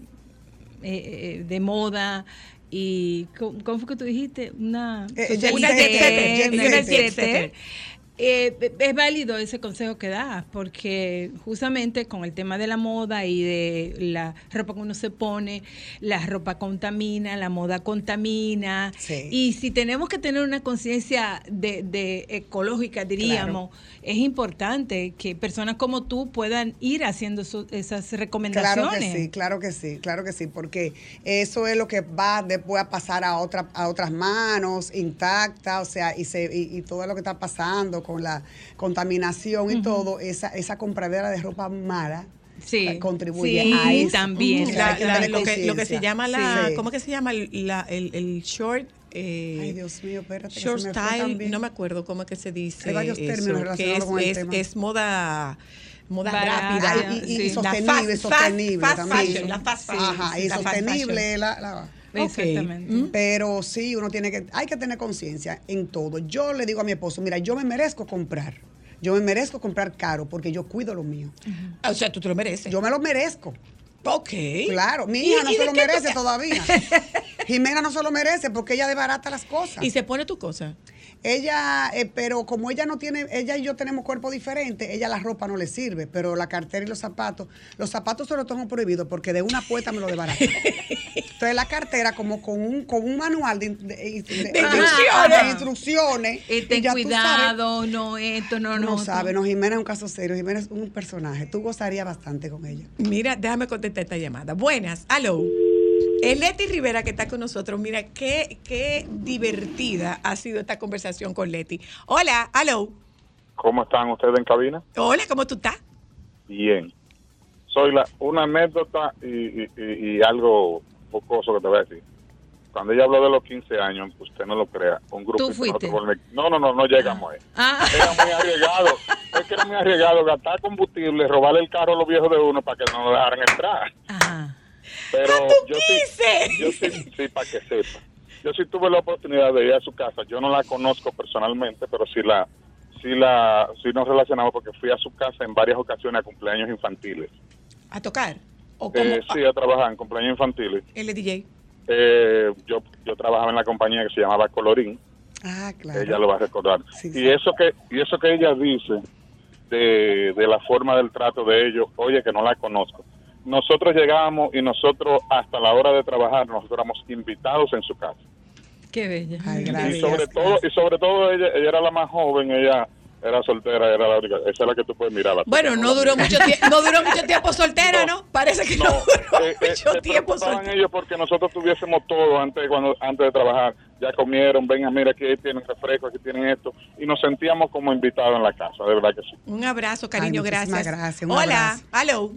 moda y ¿cómo fue que tú dijiste? Una Jet una setter, jet jet setter. Es válido ese consejo que das, porque justamente con el tema de la moda y de la ropa que uno se pone, la ropa contamina, la moda contamina, Sí. y si tenemos que tener una conciencia de ecológica, diríamos, es importante que personas como tú puedan ir haciendo esas recomendaciones. Claro que sí, porque eso es lo que va después a pasar a otras manos intactas, o sea, y todo lo que está pasando con la contaminación y todo, esa compradera de ropa mala Sí, contribuye sí, a eso. también. O sea, hay que tener lo que se conciencia. llama Sí. ¿cómo que se llama el short? Ay, Dios mío, espérate. que Short se me fue style, también. no me acuerdo cómo es que se dice. Hay varios eso, términos que relacionados con el tema. es moda Moda Barata, rápida. Y sostenible, sostenible fast también. fashion, la fast fashion. Ajá, y la fast sostenible. fashion. Exactamente. Pero sí, hay que tener conciencia en todo. Yo le digo a mi esposo, mira, yo me merezco comprar. Yo me merezco comprar caro porque yo cuido lo mío. O sea, tú te lo mereces. Yo me lo merezco. Ok. Claro, mi hija no se lo merece todavía. Jimena no se lo merece porque ella desbarata las cosas. ¿Y se pone tu cosa? Ella, pero como ella no tiene, ella y yo tenemos cuerpo diferente, ella la ropa no le sirve, pero la cartera y los zapatos se los tengo prohibidos porque de una puesta me lo desbarata. Entonces la cartera como con un manual de instrucciones. Y ten ya cuidado, no esto, no. No sabe, no, Jimena es un caso serio, Jimena es un personaje, tú gozarías bastante con ella. Mira, déjame contestar esta llamada. Buenas, aló. Leti Rivera que está con nosotros. Mira, qué divertida ha sido esta conversación con Leti. Hola, aló. ¿Cómo están ustedes en cabina? Hola, ¿cómo tú estás? Bien. Una anécdota y algo jocoso que te voy a decir. Cuando ella habló de los 15 años, usted no lo crea, un grupo... ¿Tú fuiste? No llegamos ahí. Era muy arriesgado. Es que era muy arriesgado gastar combustible, robarle el carro a los viejos de uno para que no nos dejaran entrar. Ajá. Pero yo sí, para que sepa. Yo sí tuve la oportunidad de ir a su casa. Yo no la conozco personalmente, pero sí nos relacionamos porque fui a su casa en varias ocasiones a cumpleaños infantiles. ¿A tocar? ¿O sí, a trabajar en cumpleaños infantiles. ¿El DJ? Yo trabajaba en la compañía que se llamaba Colorín. Ah, claro. Ella lo va a recordar. Sí, y eso que ella dice de la forma del trato de ellos, oye, que no la conozco. Nosotros llegábamos y nosotros hasta la hora de trabajar nosotros éramos invitados en su casa. Qué bella. Ay, gracias. Y sobre todo ella era la más joven, ella era soltera, era la única. Esa es la que tú puedes mirar. Bueno, no duró mucho tiempo soltera, ¿no? Parece que no duró mucho tiempo soltera. Ellos porque nosotros tuviésemos todo antes de trabajar. Ya comieron, vengan, mira, aquí tienen refresco, aquí tienen esto. Y nos sentíamos como invitados en la casa, de verdad que sí. Un abrazo, cariño, gracias. Hola, aló.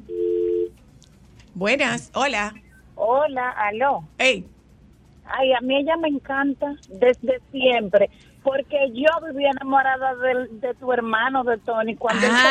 Buenas, hola. Hola, aló. Hey. Ay, a mí ella me encanta desde siempre, porque yo vivía enamorada de tu hermano, de Tony, cuando yo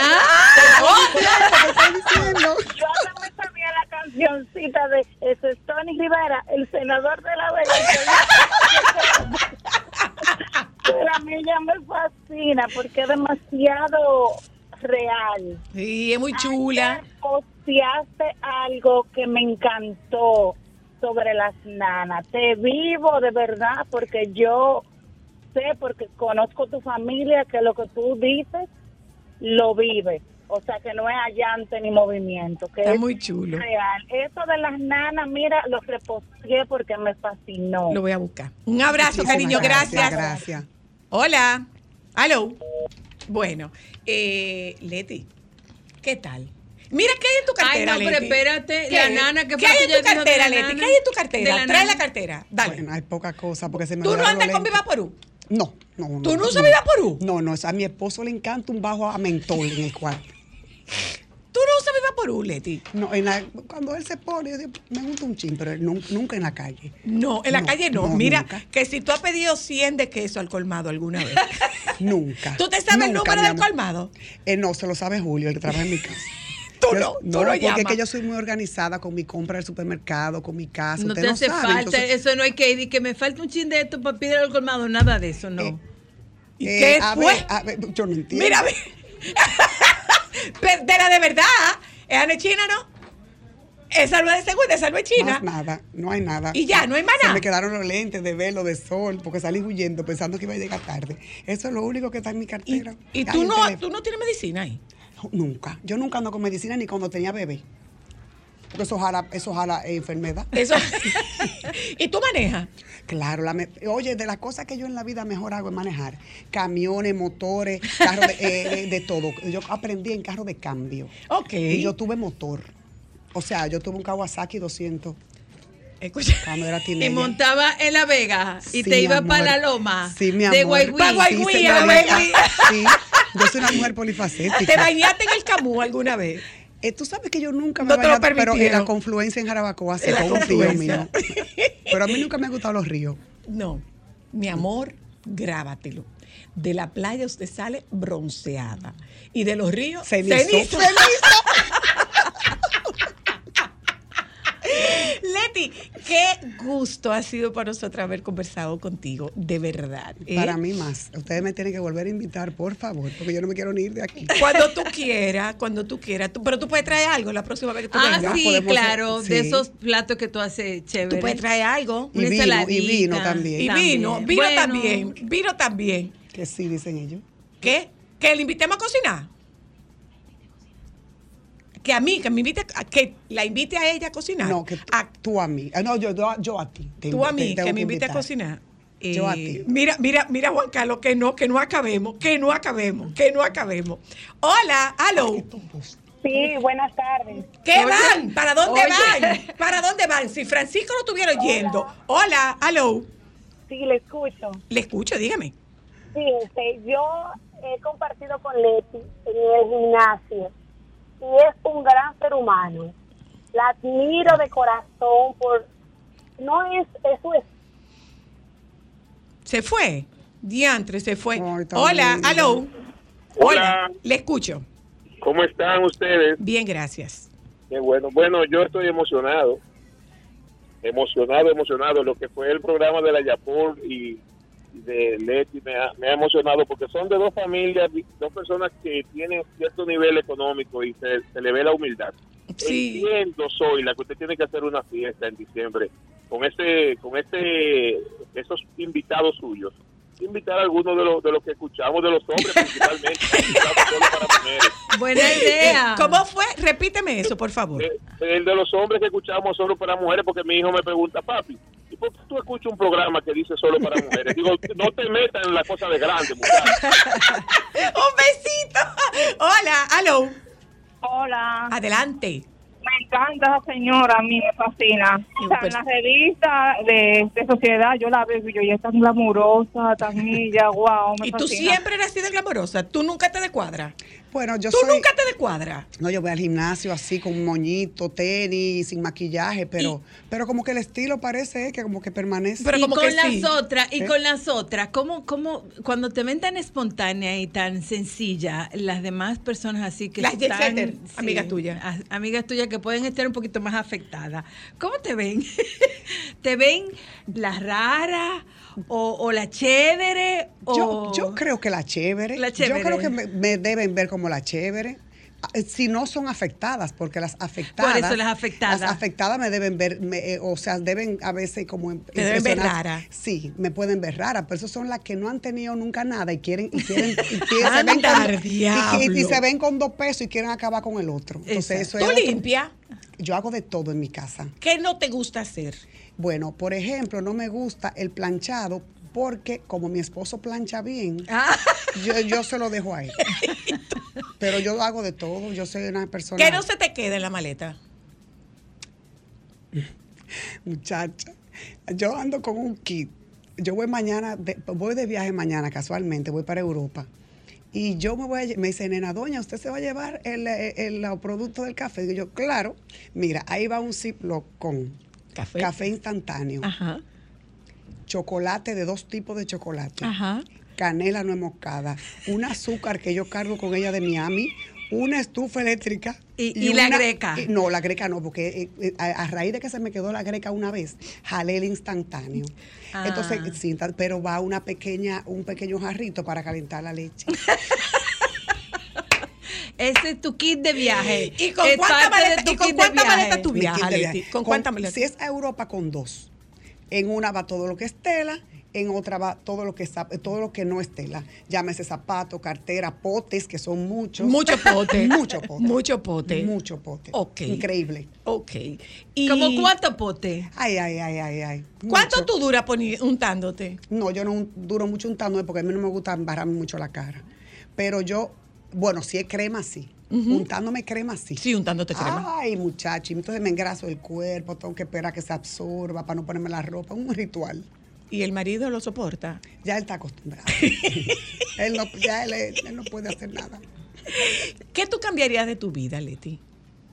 no me sabía la cancioncita de ese es Tony Rivera, el senador de la Vega. Pero a mí ella me fascina porque es demasiado real. Sí, es muy chula. Ayer posteaste algo que me encantó sobre las nanas. Te vivo de verdad porque yo sé, porque conozco tu familia, que lo que tú dices lo vives. O sea, que no es allante ni movimiento. Que está es muy chulo. Real. Eso de las nanas, mira, lo reposteé porque me fascinó. Lo voy a buscar. Un abrazo, cariño, gracias. Hola. Aló. Bueno, Leti, ¿qué tal? Mira, ¿qué hay en tu cartera, Ay, no, pero espérate, ¿Qué? la nana que ¿Qué hay en tu cartera, Leti? ¿Qué hay en tu cartera? Trae la cartera, dale. Bueno, hay poca cosa porque se me ¿Tú no andas con Vivaporú? No. ¿Tú no usas Vivaporú? No, a mi esposo le encanta un bajo a mentol en el cuarto. ¿Tú no usas Vivaporú, Leti? No, cuando él se pone, yo digo, me gusta un chin, pero nunca en la calle. No, en la calle no. Mira, nunca. que si tú has pedido 100 de queso al colmado alguna vez. Nunca. ¿Tú te sabes el número del colmado? No, se lo sabe Julio, el que trabaja en mi casa. Tú no porque llamas. es que yo soy muy organizada con mi compra del supermercado, con mi casa. No Usted te no hace sabe, falta, entonces, eso no hay que ir y que me falta un chin de esto para pedir al colmado, nada de eso, no. ¿Y qué fue? A ver, yo no entiendo. Mira, de verdad, es anechina, ¿no? Esa no es de segunda, esa no es china. Más nada, no hay nada. Y ya, no hay más nada. Se me quedaron los lentes de velo, de sol, porque salí huyendo pensando que iba a llegar tarde. Eso es lo único que está en mi cartera. ¿Y tú no tienes medicina ahí? Nunca. Yo nunca ando con medicina ni cuando tenía bebé. Porque eso jala enfermedad. Eso. ¿Y tú manejas? Claro. Oye, de las cosas que yo en la vida mejor hago es manejar. Camiones, motores, carros de todo. Yo aprendí en carro de cambio. Ok. Y yo tuve motor. O sea, yo tuve un Kawasaki 200. Escucha. Cuando era teenager. Y montaba en La Vega y Sí, te iba amor. para la loma. Sí, mi amor. De Guaygüí. Pa' Guaygüí, Sí, a señorita. Guaygüí. Sí, yo soy una mujer polifacética. ¿Te bañaste en el Camus alguna vez? Tú sabes que yo nunca me No he te lo bañado, pero en permitieron. la confluencia en Jarabacoa se En la fue un tío confluencia. mío. Pero a mí nunca me han gustado los ríos. No, mi amor, grábatelo. De la playa usted sale bronceada. Y de los ríos, Cenizo. Leti, qué gusto ha sido para nosotros haber conversado contigo, de verdad. Para mí más. Ustedes me tienen que volver a invitar, por favor, porque yo no me quiero ni ir de aquí. Cuando tú quieras. Pero tú puedes traer algo la próxima vez que tú vengas. Sí, podemos claro, hacer- de sí. esos platos que tú haces chévere. Tú puedes traer algo. Y vino también. Y vino Bueno. también. Vino también. Que sí, dicen ellos. ¿Qué? ¿Que le invitemos a cocinar? Que la invite a ella a cocinar. No, que tú a mí. No, yo a ti. Tú a mí, tengo que me invite a invitar. cocinar. Yo a ti. Mira, Juan Carlos, que no acabemos. Hola, aló. Sí, buenas tardes. ¿Qué van? ¿Para dónde Oye. van? ¿Para dónde van? Si Francisco lo estuviera oyendo. Hola, aló. Sí, le escucho. Le escucho, dígame. Sí, yo he compartido con Leti en el gimnasio y es un gran ser humano. La admiro de corazón por... No es... Eso es... ¿Se fue? Diantre, se fue. está Hola, bien. aló. Hola. Le escucho. ¿Cómo están ustedes? Bien, gracias. Qué bueno. Bueno, yo estoy emocionado. Emocionado. Lo que fue el programa de la Yapor y de Leti me ha emocionado porque son de dos familias, dos personas que tienen cierto nivel económico y se le ve la humildad. Sí. Entiendo, Zoila, que usted tiene que hacer una fiesta en diciembre con esos invitados suyos. Invitar a algunos de los que escuchamos, de los hombres principalmente. Escuchamos solo para mujeres. Buena idea. ¿Cómo fue? Repíteme eso, por favor. El de los hombres que escuchamos solo para mujeres, porque mi hijo me pregunta, papi, ¿y por qué tú escuchas un programa que dice solo para mujeres? Digo, no te metas en la cosa de grande, muchacho. Un besito. Hola, aló. Hola. Adelante. Me encanta esa señora, a mí me fascina. O sea, en la revista de Sociedad yo la veo y yo, ella es tan glamurosa, tan ella, wow, me ¿Y tú fascina. siempre eres así de glamorosa? ¿Tú nunca te descuadras? Bueno, ¿Tú nunca te descuadras? No, yo voy al gimnasio así con un moñito, tenis, sin maquillaje, pero como que el estilo parece que como que permanece. Y con las otras, ¿Eh? ¿cómo cuando te ven tan espontánea y tan sencilla, las demás personas así que Las jet están, setter, amigas tuyas. amigas tuyas que pueden estar un poquito más afectadas, ¿cómo te ven? ¿Te ven la rara o la chévere? Yo creo que la chévere. La chévere. Yo creo que me deben ver como la chévere. Si no son afectadas, porque las afectadas. Por eso las afectadas. Las afectadas me deben ver, o sea, deben a veces como. Te deben ver impresionar. rara. Sí, me pueden ver rara, pero esas son las que no han tenido nunca nada y quieren y se Anda, ven diablo. y se ven con 2 pesos y quieren acabar con el otro. Entonces, eso es ¿Tú otro- limpias? Yo hago de todo en mi casa. ¿Qué no te gusta hacer? Bueno, por ejemplo, no me gusta el planchado porque como mi esposo plancha bien, yo se lo dejo a él. Pero yo hago de todo, yo soy una persona... ¿Qué no se te queda en la maleta? Muchacha, yo ando con un kit. Yo voy voy de viaje mañana casualmente, voy para Europa. Y yo me dice, nena, doña, ¿usted se va a llevar los productos del café? Y yo, claro. Mira, ahí va un Ziploc con café instantáneo. Ajá. Chocolate de 2 tipos de chocolate. Ajá. Canela no moscada, un azúcar que yo cargo con ella de Miami, una estufa eléctrica. ¿Y la greca? No, la greca no, porque a raíz de que se me quedó la greca una vez, jalé el instantáneo. Ah. Entonces, sí, pero va un pequeño jarrito para calentar la leche. Ese es tu kit de viaje. ¿Y con Es cuánta parte de maleta, tu y con kit de cuánta viaje? maleta tú Mi viajas, kit de viaje. Leti? ¿Con cuánta maleta? Si es a Europa, con 2. En una va todo lo que es tela, en otra va todo lo que no es tela. Llámese zapato, cartera, potes, que son muchos. Mucho pote. Mucho pote. Mucho pote. Mucho pote. Ok. Increíble. Ok. ¿Cómo cuánto pote? Ay. ¿Cuánto Mucho. tú duras untándote? No, yo no duro mucho untándome porque a mí no me gusta embarrarme mucho la cara. Pero yo, bueno, si es crema, sí. Untándome crema, sí. Sí, untándote crema. Ay, muchacho. Entonces me engraso el cuerpo, tengo que esperar a que se absorba para no ponerme la ropa. Un ritual. ¿Y el marido lo soporta? Ya él está acostumbrado. él no puede hacer nada. ¿Qué tú cambiarías de tu vida, Leti?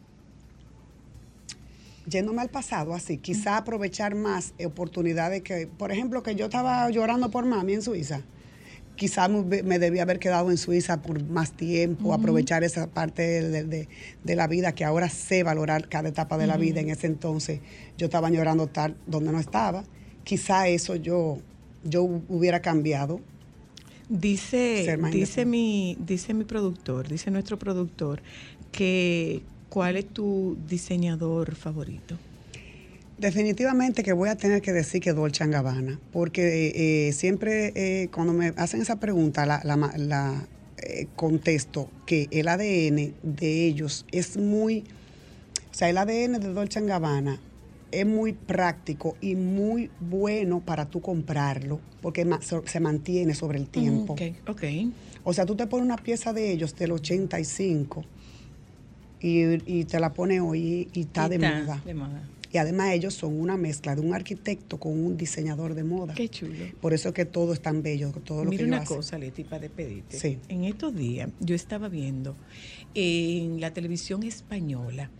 Yéndome al pasado, así, quizá aprovechar más oportunidades que, por ejemplo, que yo estaba llorando por mami en Suiza. quizás me debía haber quedado en Suiza por más tiempo, aprovechar esa parte de la vida que ahora sé valorar cada etapa de la vida. En ese entonces yo estaba añorando estar donde no estaba. Quizá eso yo hubiera cambiado. Dice mi productor, dice nuestro productor, que ¿cuál es tu diseñador favorito? Definitivamente que voy a tener que decir que Dolce & Gabbana, porque siempre cuando me hacen esa pregunta la contesto que el ADN de ellos es muy, o sea, el ADN de Dolce & Gabbana es muy práctico y muy bueno para tú comprarlo, porque se mantiene sobre el tiempo. Okay. O sea, tú te pones una pieza de ellos del 85 y te la pones hoy y está de moda. Y además ellos son una mezcla de un arquitecto con un diseñador de moda. Qué chulo. Por eso es que todo es tan bello, todo lo que ellos hacen. Mira una cosa, Leti, para despedirte. Sí. En estos días yo estaba viendo en la televisión española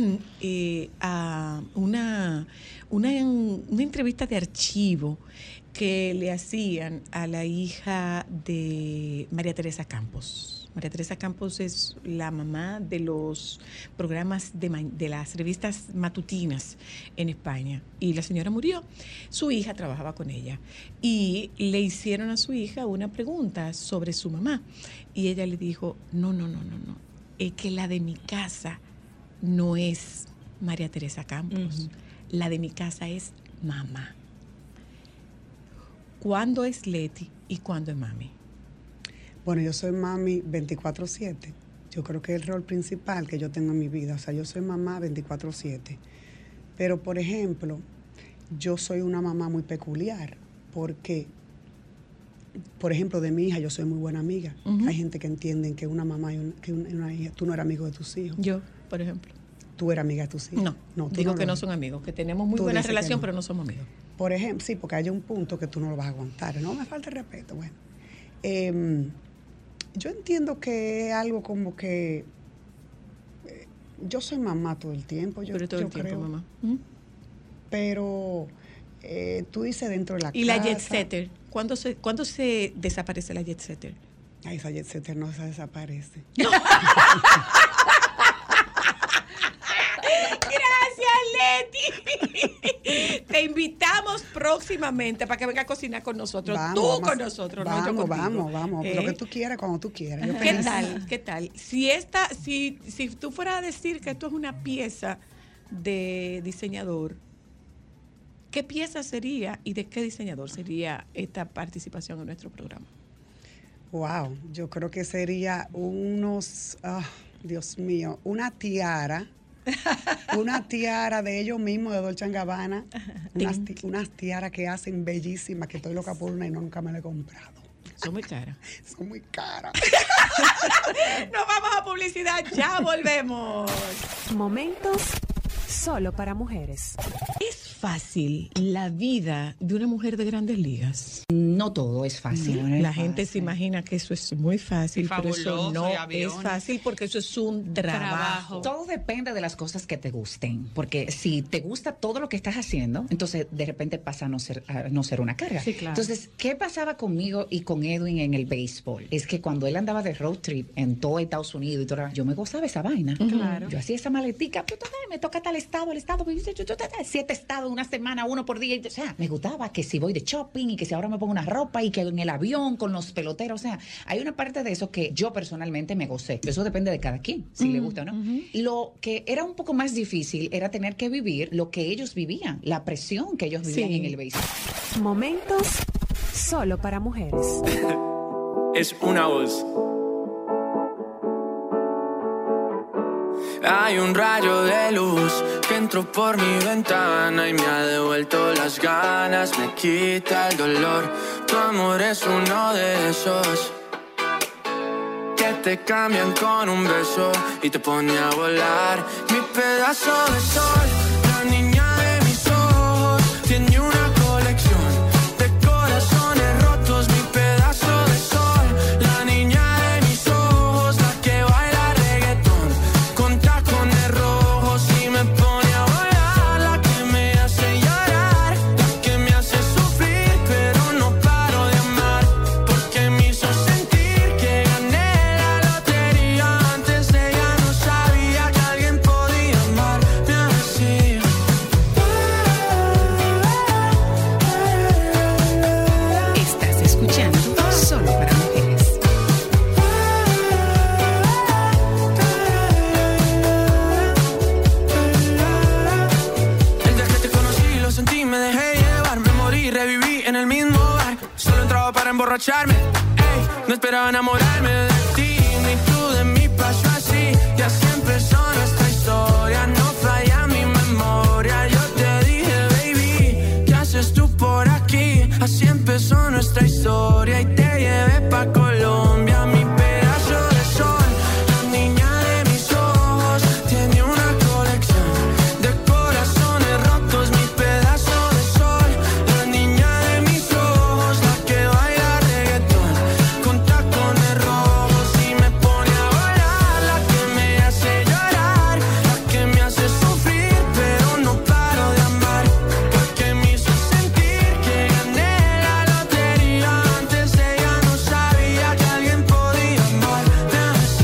a una entrevista de archivo que le hacían a la hija de María Teresa Campos. María Teresa Campos es la mamá de los programas de las revistas matutinas en España. Y la señora murió. Su hija trabajaba con ella. Y le hicieron a su hija una pregunta sobre su mamá. Y ella le dijo, no. Es que la de mi casa no es María Teresa Campos. La de mi casa es mamá. ¿Cuándo es Leti y cuándo es mami? Bueno, yo soy mami 24/7. Yo creo que es el rol principal que yo tengo en mi vida. O sea, yo soy mamá 24/7. Pero, por ejemplo, yo soy una mamá muy peculiar porque, por ejemplo, de mi hija yo soy muy buena amiga. Hay gente que entiende que una mamá y una hija, tú no eres amigo de tus hijos. Yo, por ejemplo. ¿Tú eres amiga de tus hijos? No, digo que no son amigos, que tenemos muy buena relación, pero no somos amigos. Por ejemplo, sí, porque hay un punto que tú no lo vas a aguantar. No me falta el respeto. Bueno, yo entiendo que es algo como que yo soy mamá todo el tiempo. Pero todo el tiempo, creo, mamá. Pero tú dices dentro de la casa. ¿Y la jet setter? ¿Cuándo se desaparece la jet setter? Ay, esa jet setter no se desaparece. Leti. Te invitamos próximamente para que venga a cocinar con nosotros. Con nosotros. Vamos. Lo que tú quieras, cuando tú quieras. ¿Qué tal? Si tú fueras a decir que esto es una pieza de diseñador, ¿qué pieza sería y de qué diseñador sería esta participación en nuestro programa? Wow, yo creo que sería Dios mío, una tiara. Una tiara de ellos mismos, de Dolce & Gabbana. Unas tiaras que hacen bellísimas, que estoy loca por una y nunca me la he comprado. Son muy caras. Son muy caras. Nos vamos a publicidad, ya volvemos. Momentos solo para mujeres. ¿Es fácil la vida de una mujer de grandes ligas? No todo es fácil. La gente se imagina que eso es muy fácil, pero eso no es fácil porque eso es un trabajo. Todo depende de las cosas que te gusten, porque si te gusta todo lo que estás haciendo, entonces de repente pasa a no ser una carga. Sí, claro. Entonces, ¿qué pasaba conmigo y con Edwin en el béisbol? Es que cuando él andaba de road trip en todo Estados Unidos y todo, yo me gozaba esa vaina. Claro. Yo hacía esa maletica, me toca tal estado, el estado, 7 estados, una semana, uno por día. O sea, me gustaba que si voy de shopping y que si ahora me pongo una ropa y que en el avión con los peloteros. O sea, hay una parte de eso que yo personalmente me gocé. Eso depende de cada quien, si le gusta o no. Lo que era un poco más difícil era tener que vivir lo que ellos vivían, la presión que ellos vivían en el béisbol. Momentos solo para mujeres. Es una voz. Hay un rayo de luz que entró por mi ventana y me ha devuelto las ganas, me quita el dolor. Tu amor es uno de esos que te cambian con un beso y te pone a volar. Mi pedazo de sol, la niña de mis ojos, tiene una colección de corazones rotos. Mi pedazo de sol, la niña de mis ojos, la que baila reggaetón con tacones rojos y me pone a volar. La que me hace llorar, la que me hace sufrir, pero no paro de amar, porque mis emborracharme. Ey, no esperaba enamorarme de ti, ni tú de mí pasó así. Y así empezó nuestra historia, no falla mi memoria. Yo te dije, baby, ¿qué haces tú por aquí? Así empezó nuestra historia y te llevé pa' Colombia, mi pedazo de sol. La niña de mis ojos tiene una colección de corazones rotos, mi pedazo de sol. La niña de mis ojos, la que baila reggaetón con tacones rojos y me pone a volar, la que me hace llorar, la que me hace sufrir, pero no paro de amar, porque me hizo sentir que gané la lotería. Antes ella no sabía que alguien podía amarme así.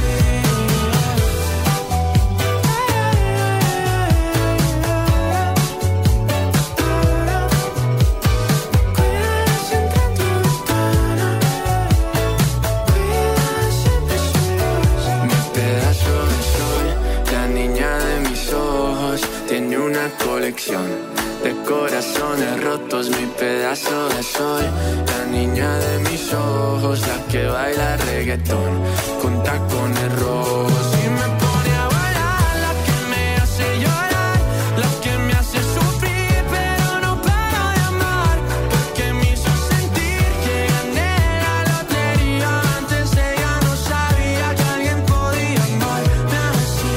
Mi pedazo de sol, la niña de mis ojos, tiene una colección de corazones rotos, mi pedazo de sol. La niña de mis ojos, la que baila reggaetón con tacones rojos y me pone a bailar, la que me hace llorar, la que me hace sufrir, pero no paro de amar, porque me hizo sentir que gané la lotería. Antes ella no sabía que alguien podía amarme así.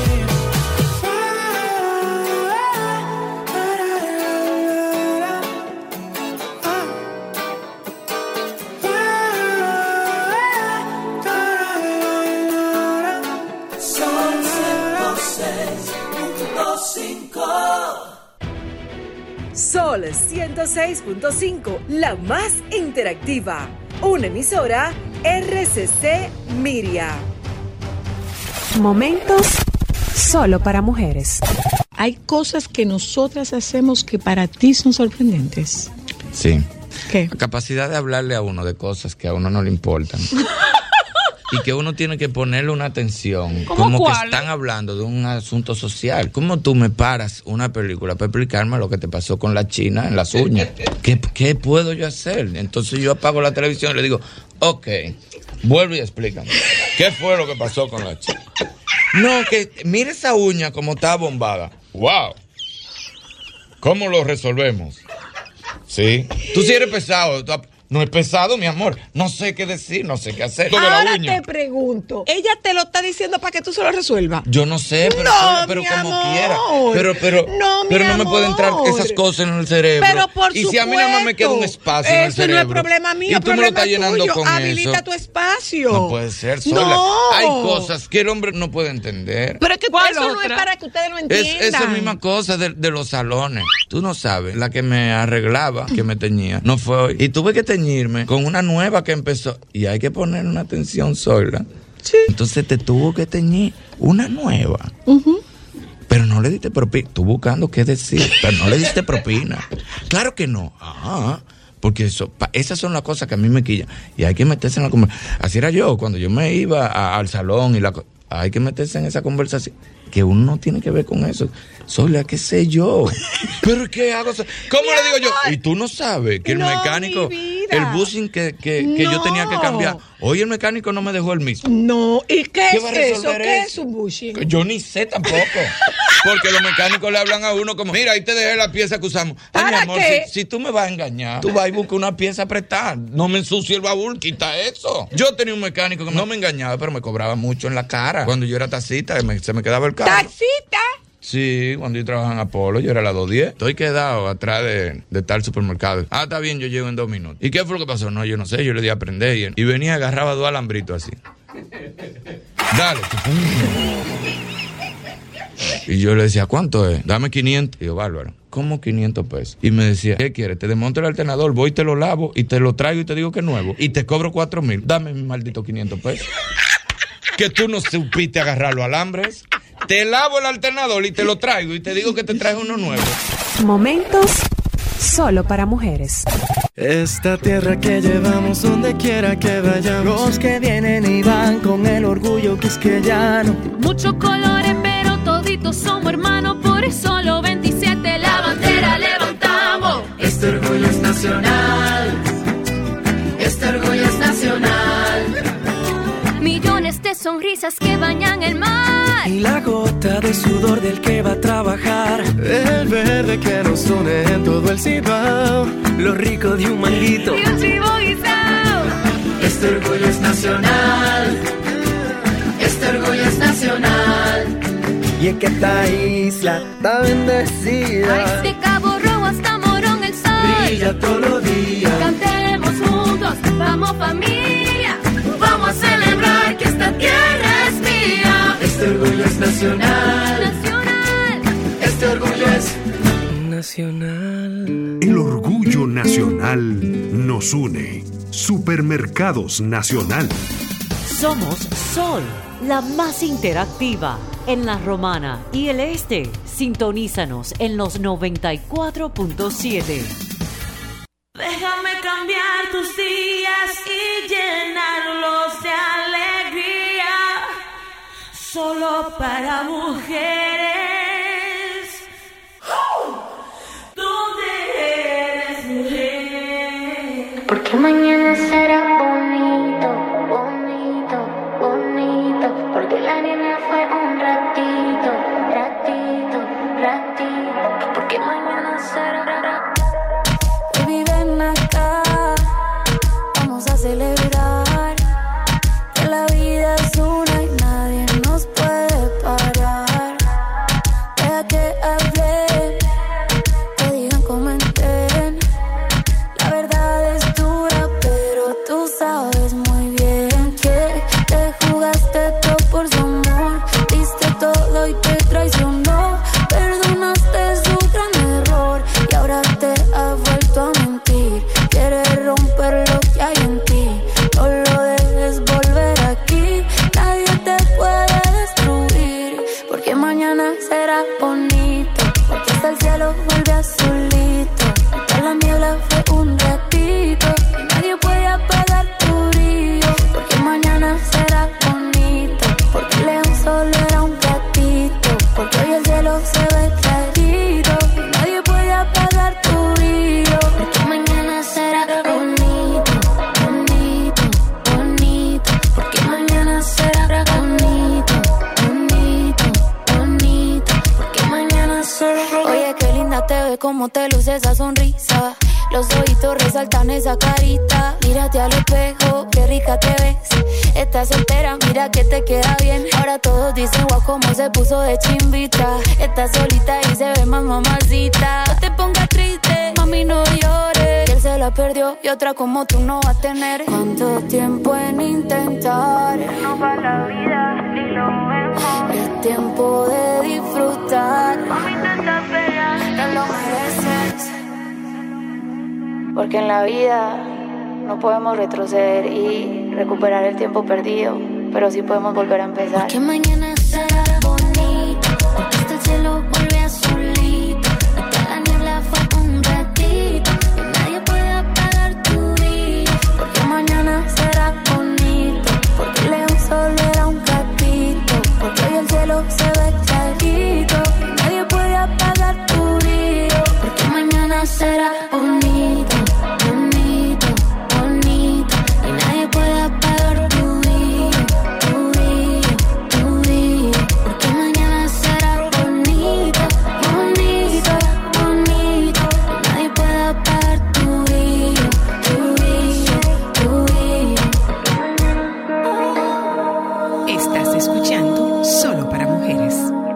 Son 106.5. Sol 106.5, la más interactiva. Una emisora RCC Miria. Momentos solo para mujeres. Hay cosas que nosotras hacemos que para ti son sorprendentes. Sí. ¿Qué? La capacidad de hablarle a uno de cosas que a uno no le importan. Y que uno tiene que ponerle una atención. Como cuál? que están hablando de un asunto social. ¿Cómo tú me paras una película para explicarme lo que te pasó con la china en las uñas? ¿Qué puedo yo hacer? Entonces yo apago la televisión y le digo, ok, vuelve y explícame. ¿Qué fue lo que pasó con la china? No, que mire esa uña como está bombada. ¡Wow! ¿Cómo lo resolvemos? Sí. Tú sí eres pesado. No es pesado, mi amor. No sé qué decir, no sé qué hacer. Ahora te pregunto, ¿ella te lo está diciendo para que tú se lo resuelvas? Yo no sé, pero, No, pero mi como amor. quiera. No, mi pero no me pueden entrar amor. esas cosas en el cerebro. Pero por y si a mí nada más me queda un espacio en el Eso cerebro. no es problema mío, y tú me lo estás llenando tuyo. con Habilita eso. tu espacio. No puede ser sola. No. Hay cosas que el hombre no puede entender. Pero es que eso no es para que ustedes lo Es entiendan. esa misma cosa de los salones. Tú no sabes, la que me arreglaba, que me teñía, no fue hoy. Y tuve que teñirme con una nueva que empezó. Y hay que poner una atención sola. Sí. Entonces te tuvo que teñir una nueva. Pero no le diste propina. Tú buscando qué decir, pero no le diste propina. Claro que no. Porque esas son las cosas que a mí me quillan. Y hay que meterse en la conversación. Así era yo, cuando yo me iba al salón y hay que meterse en esa conversación. Que uno no tiene que ver con eso. Sola, qué sé yo. ¿Pero qué hago? ¿Cómo le digo yo? Y tú no sabes que el mecánico, el bushing que yo tenía que cambiar, hoy el mecánico no me dejó el mismo. No, ¿y qué va a es eso? resolver ¿Qué eso? es un bushing? Yo ni sé tampoco. Porque los mecánicos le hablan a uno como, mira, ahí te dejé la pieza que usamos. Ay, mi amor, si tú me vas a engañar, tú vas y buscas una pieza prestada. No me ensucie el baúl, quita eso. Yo tenía un mecánico que no me engañaba, pero me cobraba mucho en la cara. Cuando yo era taxista, se me quedaba el carro. ¿Taxista? Sí, cuando yo trabajaba en Apolo, yo era la 210. Estoy quedado atrás de tal supermercado. Está bien, yo llego en 2 minutos. ¿Y qué fue lo que pasó? No, yo no sé, yo le di a aprender y venía, agarraba 2 alambritos así. Dale. Y yo le decía, ¿cuánto es? Dame 500. Y yo, bárbaro, ¿cómo 500 pesos? Y me decía, ¿qué quieres? Te desmonto el alternador, voy y te lo lavo y te lo traigo y te digo que es nuevo. Y te cobro 4,000. Dame mi maldito 500 pesos. Que tú no supiste agarrar los alambres. Te lavo el alternador y te lo traigo y te digo que te traigo uno nuevo. Momentos solo para mujeres. Esta tierra que llevamos donde quiera que vayamos. Los que vienen y van con el orgullo quisqueyano. Muchos colores, pero toditos somos hermanos. Por eso los 27 la bandera levantamos. Este orgullo es nacional. Este orgullo es nacional. sonrisas que bañan el mar. Y la gota de sudor del que va a trabajar. El verde que nos une en todo el Cibao. Lo rico de un manguito Y un chivo guisao. Este orgullo es nacional. Este orgullo es nacional. Y es que esta isla está bendecida. De Cabo Rojo hasta Morón el sol brilla todos los días. Cantemos juntos, vamos familia. Vamos a celebrar que esta tierra es mía. Este orgullo es nacional. Nacional. Este orgullo es nacional. El orgullo nacional nos une. Supermercados Nacional. Somos Sol, la más interactiva en La Romana y el Este. Sintonízanos en los 94.7. Déjame cambiar tus días y llenarlos de alegría. Solo para mujeres. ¿Dónde eres, mujer? Porque mañana será bonito, bonito, bonito. Porque la niña fue un ratito, ratito, ratito. Porque mañana será. Baby, ven acá, vamos a celebrar que la vida es una y nadie nos puede parar. Deja que hablen, que digan, comenten. La verdad es dura, pero tú sabes muy bien que te jugaste todo por su amor. Diste todo y te traicionó. Perdonaste su gran error y ahora te ha vuelto a mentir. Quieres romper lo que hay en ti. No lo dejes volver aquí. Nadie te puede destruir. Porque mañana será bonito. Porque hasta el cielo vuelve azulito. Hasta la niebla fue un ratito. Y nadie puede apagar tu brillo. Porque mañana será bonito. Porque el león solo era un gatito. Porque hoy el cielo se ve clarito. Y nadie puede apagar tu brillo. Porque mañana será bonito, bonito, bonito. Porque mañana será bonito, bonito, bonito. Porque mañana será. Oye, qué linda te ve, cómo te luce esa sonrisa. Los ojitos resaltan esa carita. Mírate al espejo, qué rica te ves. Estás soltera, mira que te queda bien. Ahora todos dicen guau, cómo se puso de chimbita. Estás solita y se ve más mamacita. No te pongas triste, mami, no llores. Que él se la perdió y otra como tú no va a tener. ¿Cuánto tiempo en intentar? No va la vida ni lo mejor. Es tiempo de disfrutar. Mami, no estás fea, te lo mereces. Porque en la vida no podemos retroceder y recuperar el tiempo perdido, pero sí podemos volver a empezar. Porque mañana será bonito, porque hasta el cielo vuelve azulito. Hasta la niebla fue un ratito y nadie puede apagar tu brillo. Porque mañana será bonito, porque el león solo era un gatito. Porque hoy el cielo se ve clarito y nadie puede apagar tu brillo. Porque mañana será bonito. Solo para mujeres.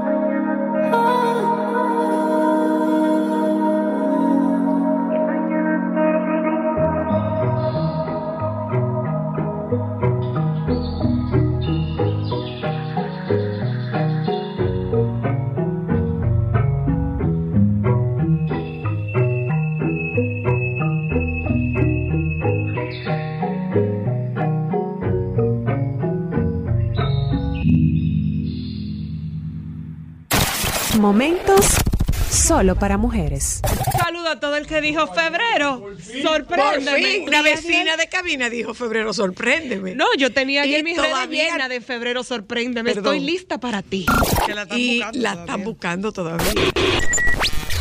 Momentos solo para mujeres. Saludo a todo el que dijo febrero. Sorpréndeme. La vecina de cabina dijo febrero, sorpréndeme. No, yo tenía ayer Y mis redes todavía- llenas de febrero, sorpréndeme. Perdón. Estoy lista para ti. Y la están buscando todavía.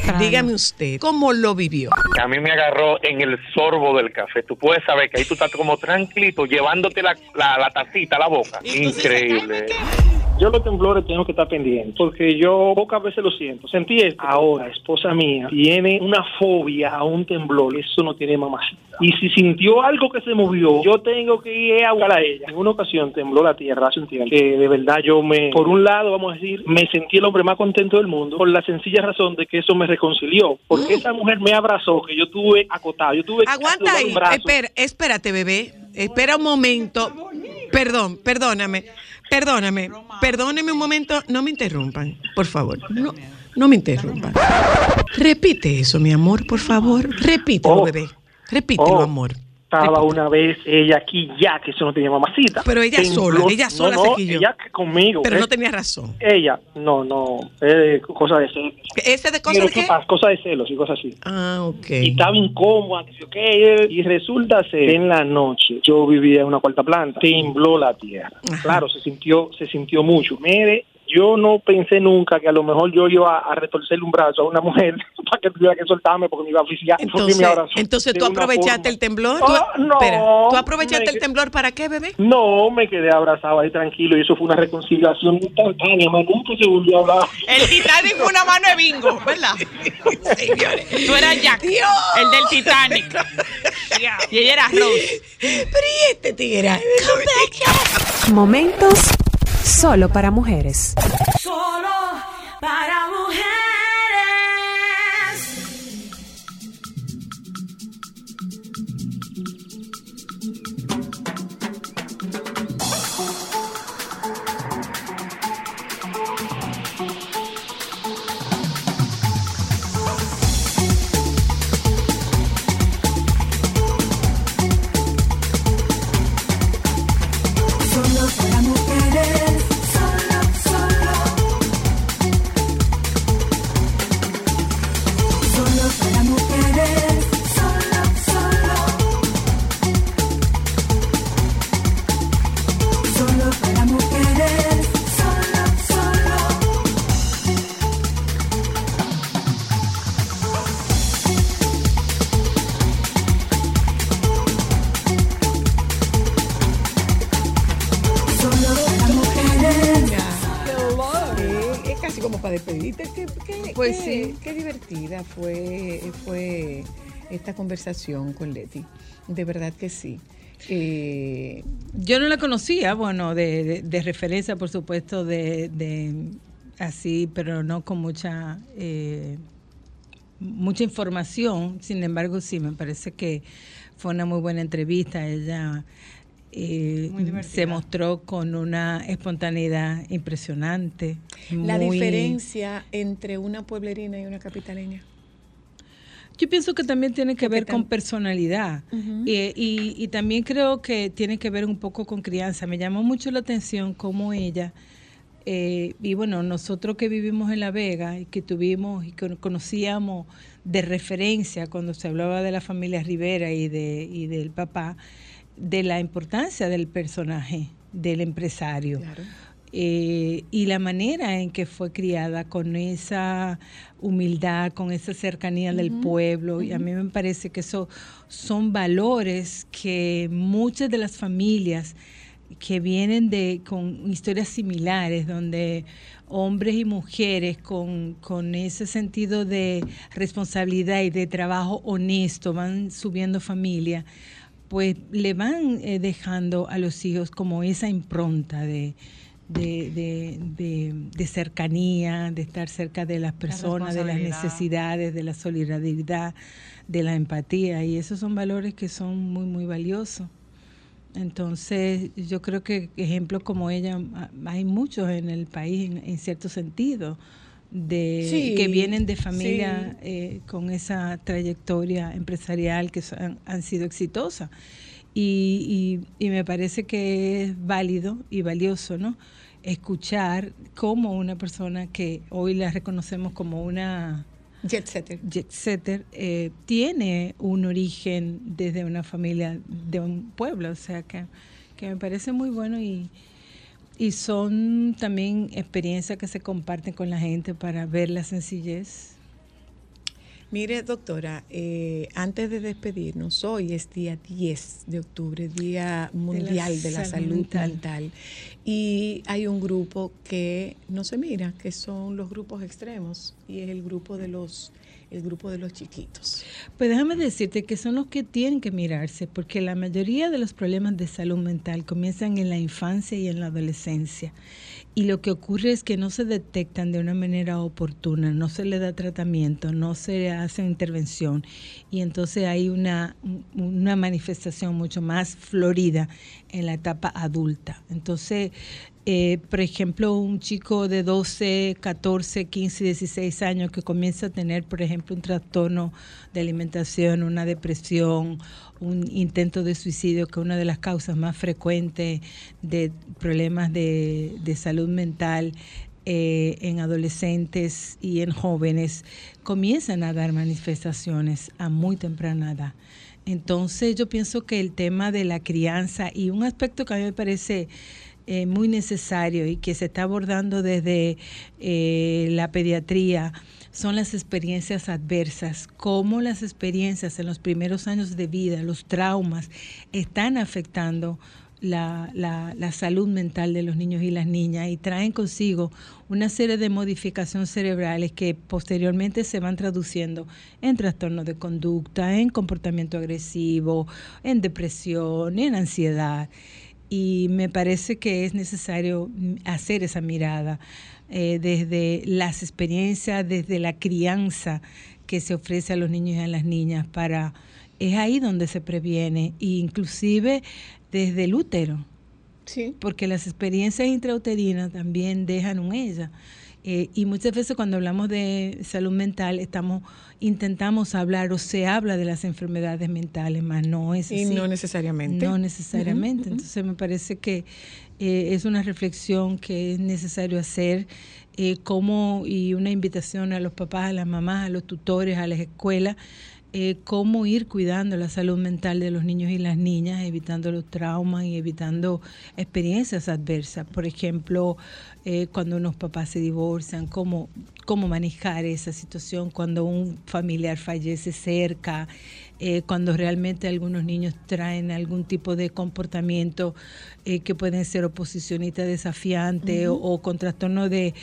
Dígame usted, ¿cómo lo vivió? A mí me agarró en el sorbo del café. Tú puedes saber que ahí tú estás como tranquilito, llevándote la tacita a la boca. Increíble. Yo los temblores tengo que estar pendiente, porque yo pocas veces lo siento. Sentí esto. Ahora, esposa mía tiene una fobia a un temblor. Eso no tiene mamacita. Y si sintió algo que se movió, yo tengo que ir a buscar a ella. En una ocasión tembló la tierra hace un tiempo, que de verdad por un lado, vamos a decir, me sentí el hombre más contento del mundo, por la sencilla razón de que eso me reconcilió. Porque esa mujer me abrazó, que yo tuve acotado. Yo tuve Aguanta ahí, espérate, bebé. Espera un momento. Perdóname un momento, no me interrumpan, por favor, no me interrumpan. Repite eso, mi amor, por favor, repítelo, bebé, repítelo, amor. Estaba una vez ella aquí ya, que eso no tenía mamacita. Pero ella sola se quilló. Ella conmigo. Pero no tenía razón. Ella, no, cosa de celos. ¿Ese de cosas de qué? Cosa de celos y cosas así. Ah, ok. Y estaba incómoda, y resulta ser en la noche, yo vivía en una cuarta planta, tembló la tierra. Ajá. Claro, se sintió mucho. Yo no pensé nunca que a lo mejor yo iba a retorcerle un brazo a una mujer para que tuviera que soltarme porque me iba a oficiar. Entonces ¿tú aprovechaste el temblor? ¿Tú aprovechaste el temblor para qué, bebé? No, me quedé abrazado ahí tranquilo y eso fue una reconciliación instantánea, nunca se volvió a hablar. El Titanic fue una mano de bingo, ¿verdad? Señores. Tú eras Jack, el del Titanic. Y ella era Rose. Pero ¿y este tigre? Momentos solo para mujeres. Solo para mujeres. Solo para mujeres. despedirte. Pues sí. Qué divertida fue esta conversación con Leti. De verdad que sí. Yo no la conocía, bueno, de referencia, por supuesto, de así, pero no con mucha información. Sin embargo, sí, me parece que fue una muy buena entrevista. Ella se mostró con una espontaneidad impresionante. La diferencia entre una pueblerina y una capitaleña. Yo pienso que también tiene que ver con personalidad. Uh-huh. Y también creo que tiene que ver un poco con crianza. Me llamó mucho la atención cómo ella, y bueno, nosotros que vivimos en La Vega y que tuvimos y que conocíamos de referencia cuando se hablaba de la familia Rivera y del papá, de la importancia del personaje, del empresario. Claro. Y la manera en que fue criada, con esa humildad, con esa cercanía del pueblo, y a mí me parece que eso son valores que muchas de las familias que vienen con historias similares, donde hombres y mujeres con ese sentido de responsabilidad y de trabajo honesto van subiendo familia, pues le van dejando a los hijos como esa impronta de cercanía, de estar cerca de las personas, de las necesidades, de la solidaridad, de la empatía, y esos son valores que son muy, muy valiosos. Entonces, yo creo que ejemplos como ella hay muchos en el país, en cierto sentido, que vienen de familias con esa trayectoria empresarial que han sido exitosas. Y me parece que es válido y valioso, ¿no?, escuchar cómo una persona que hoy la reconocemos como una jet setter tiene un origen desde una familia de un pueblo. O sea que me parece muy bueno, y son también experiencias que se comparten con la gente para ver la sencillez Mire, doctora, antes de despedirnos, hoy es día 10 de octubre, Día Mundial de la Salud Mental. Y hay un grupo que no se mira, que son los grupos extremos, y es el grupo de los chiquitos. Pues déjame decirte que son los que tienen que mirarse, porque la mayoría de los problemas de salud mental comienzan en la infancia y en la adolescencia. Y lo que ocurre es que no se detectan de una manera oportuna, no se le da tratamiento, no se hace intervención. Y entonces hay una manifestación mucho más florida en la etapa adulta. Entonces, por ejemplo, un chico de 12, 14, 15, 16 años que comienza a tener, por ejemplo, un trastorno de alimentación, una depresión, un intento de suicidio, que es una de las causas más frecuentes de problemas de salud mental en adolescentes y en jóvenes, comienzan a dar manifestaciones a muy temprana edad. Entonces yo pienso que el tema de la crianza, y un aspecto que a mí me parece muy necesario y que se está abordando desde la pediatría, son las experiencias adversas, cómo las experiencias en los primeros años de vida, los traumas, están afectando la salud mental de los niños y las niñas, y traen consigo una serie de modificaciones cerebrales que posteriormente se van traduciendo en trastornos de conducta, en comportamiento agresivo, en depresión, en ansiedad. Y me parece que es necesario hacer esa mirada desde las experiencias, desde la crianza que se ofrece a los niños y a las niñas, es ahí donde se previene, e inclusive desde el útero, sí, porque las experiencias intrauterinas también dejan un huella. Y muchas veces cuando hablamos de salud mental intentamos hablar o se habla de las enfermedades mentales, más no es así. Y no necesariamente. No necesariamente. Entonces me parece que es una reflexión que es necesario hacer, y una invitación a los papás, a las mamás, a los tutores, a las escuelas, cómo ir cuidando la salud mental de los niños y las niñas, evitando los traumas y evitando experiencias adversas. Por ejemplo, cuando unos papás se divorcian, cómo manejar esa situación cuando un familiar fallece cerca, cuando realmente algunos niños traen algún tipo de comportamiento que pueden ser oposicionistas, desafiantes, o con trastorno de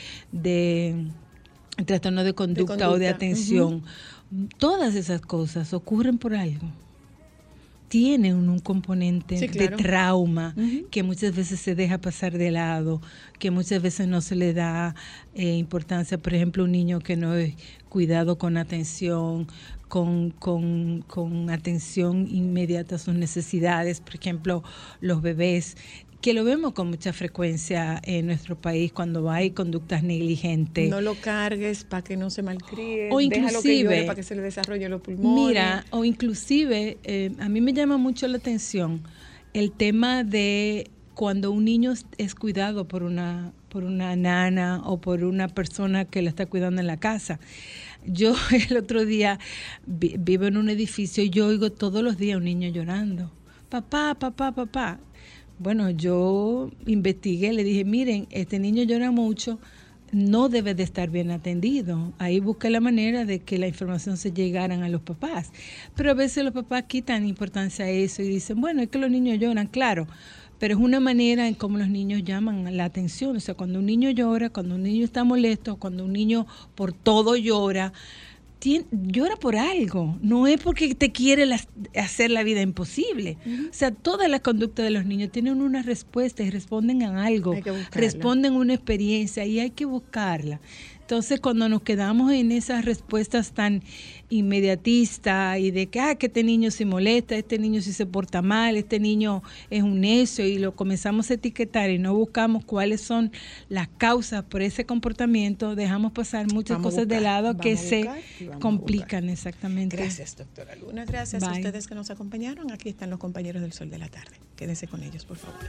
conducta o de atención. Todas esas cosas ocurren por algo. Tienen un componente de trauma que muchas veces se deja pasar de lado, que muchas veces no se le da importancia. Por ejemplo, un niño que no es cuidado con atención, con atención inmediata a sus necesidades. Por ejemplo, los bebés, que lo vemos con mucha frecuencia en nuestro país cuando hay conductas negligentes. No lo cargues para que no se malcríe, o inclusive, déjalo que llore para que se le desarrolle los pulmones. Mira, o inclusive, a mí me llama mucho la atención el tema de cuando un niño es cuidado por una nana o por una persona que lo está cuidando en la casa. Yo el otro día vivo en un edificio y yo oigo todos los días a un niño llorando. Papá, papá, papá. Bueno, yo investigué, le dije, miren, este niño llora mucho, no debe de estar bien atendido. Ahí busqué la manera de que la información se llegara a los papás. Pero a veces los papás quitan importancia a eso y dicen, bueno, es que los niños lloran, claro, pero es una manera en cómo los niños llaman la atención. O sea, cuando un niño llora, cuando un niño está molesto, cuando un niño por todo llora por algo, no es porque te quiere hacer la vida imposible. O sea, todas las conductas de los niños tienen una respuesta y responden a algo, responden a una experiencia y hay que buscarla. Entonces, cuando nos quedamos en esas respuestas tan inmediatistas y de que este niño se molesta, este niño sí se porta mal, este niño es un necio, y lo comenzamos a etiquetar y no buscamos cuáles son las causas por ese comportamiento, dejamos pasar muchas cosas de lado que se complican. Exactamente. Gracias, doctora Luna. Gracias a ustedes que nos acompañaron. Aquí están los compañeros del Sol de la Tarde. Quédense con ellos, por favor.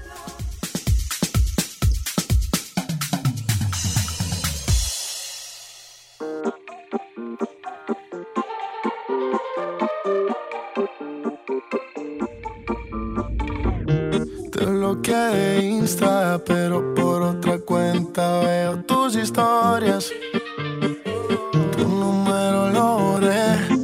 Te bloqueé de Insta, pero por otra cuenta veo tus historias. Tu número lo borré.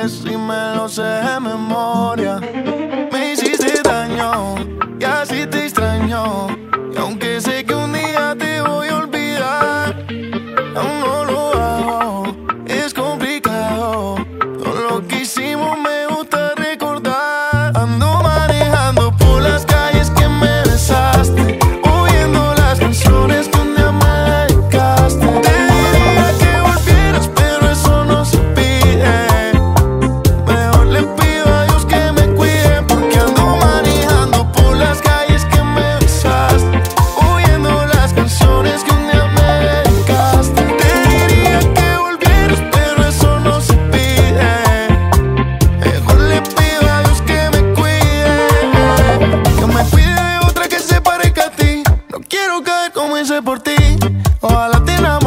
beso y me lo sé de memoria. Me hiciste daño y así te extraño. Y aunque sé que un día te voy a olvidar, aún no lo hago, es complicado. Todo lo que hicimos me gusta recordar. Ando manejando por las calles que me besaste, oyendo las canciones que un día me dedicaste. Te diría que volvieras, pero eso no se pide. Mejor le pido a Dios que me cuide, porque ando manejando por las calles que me besaste, oyendo las canciones que un día me dedicaste. Te diría que volvieras, pero eso no se pide. Mejor le pido a Dios que me cuide de otra que se parezca a ti. No quiero caer como hice por ti. Ojalá te enamores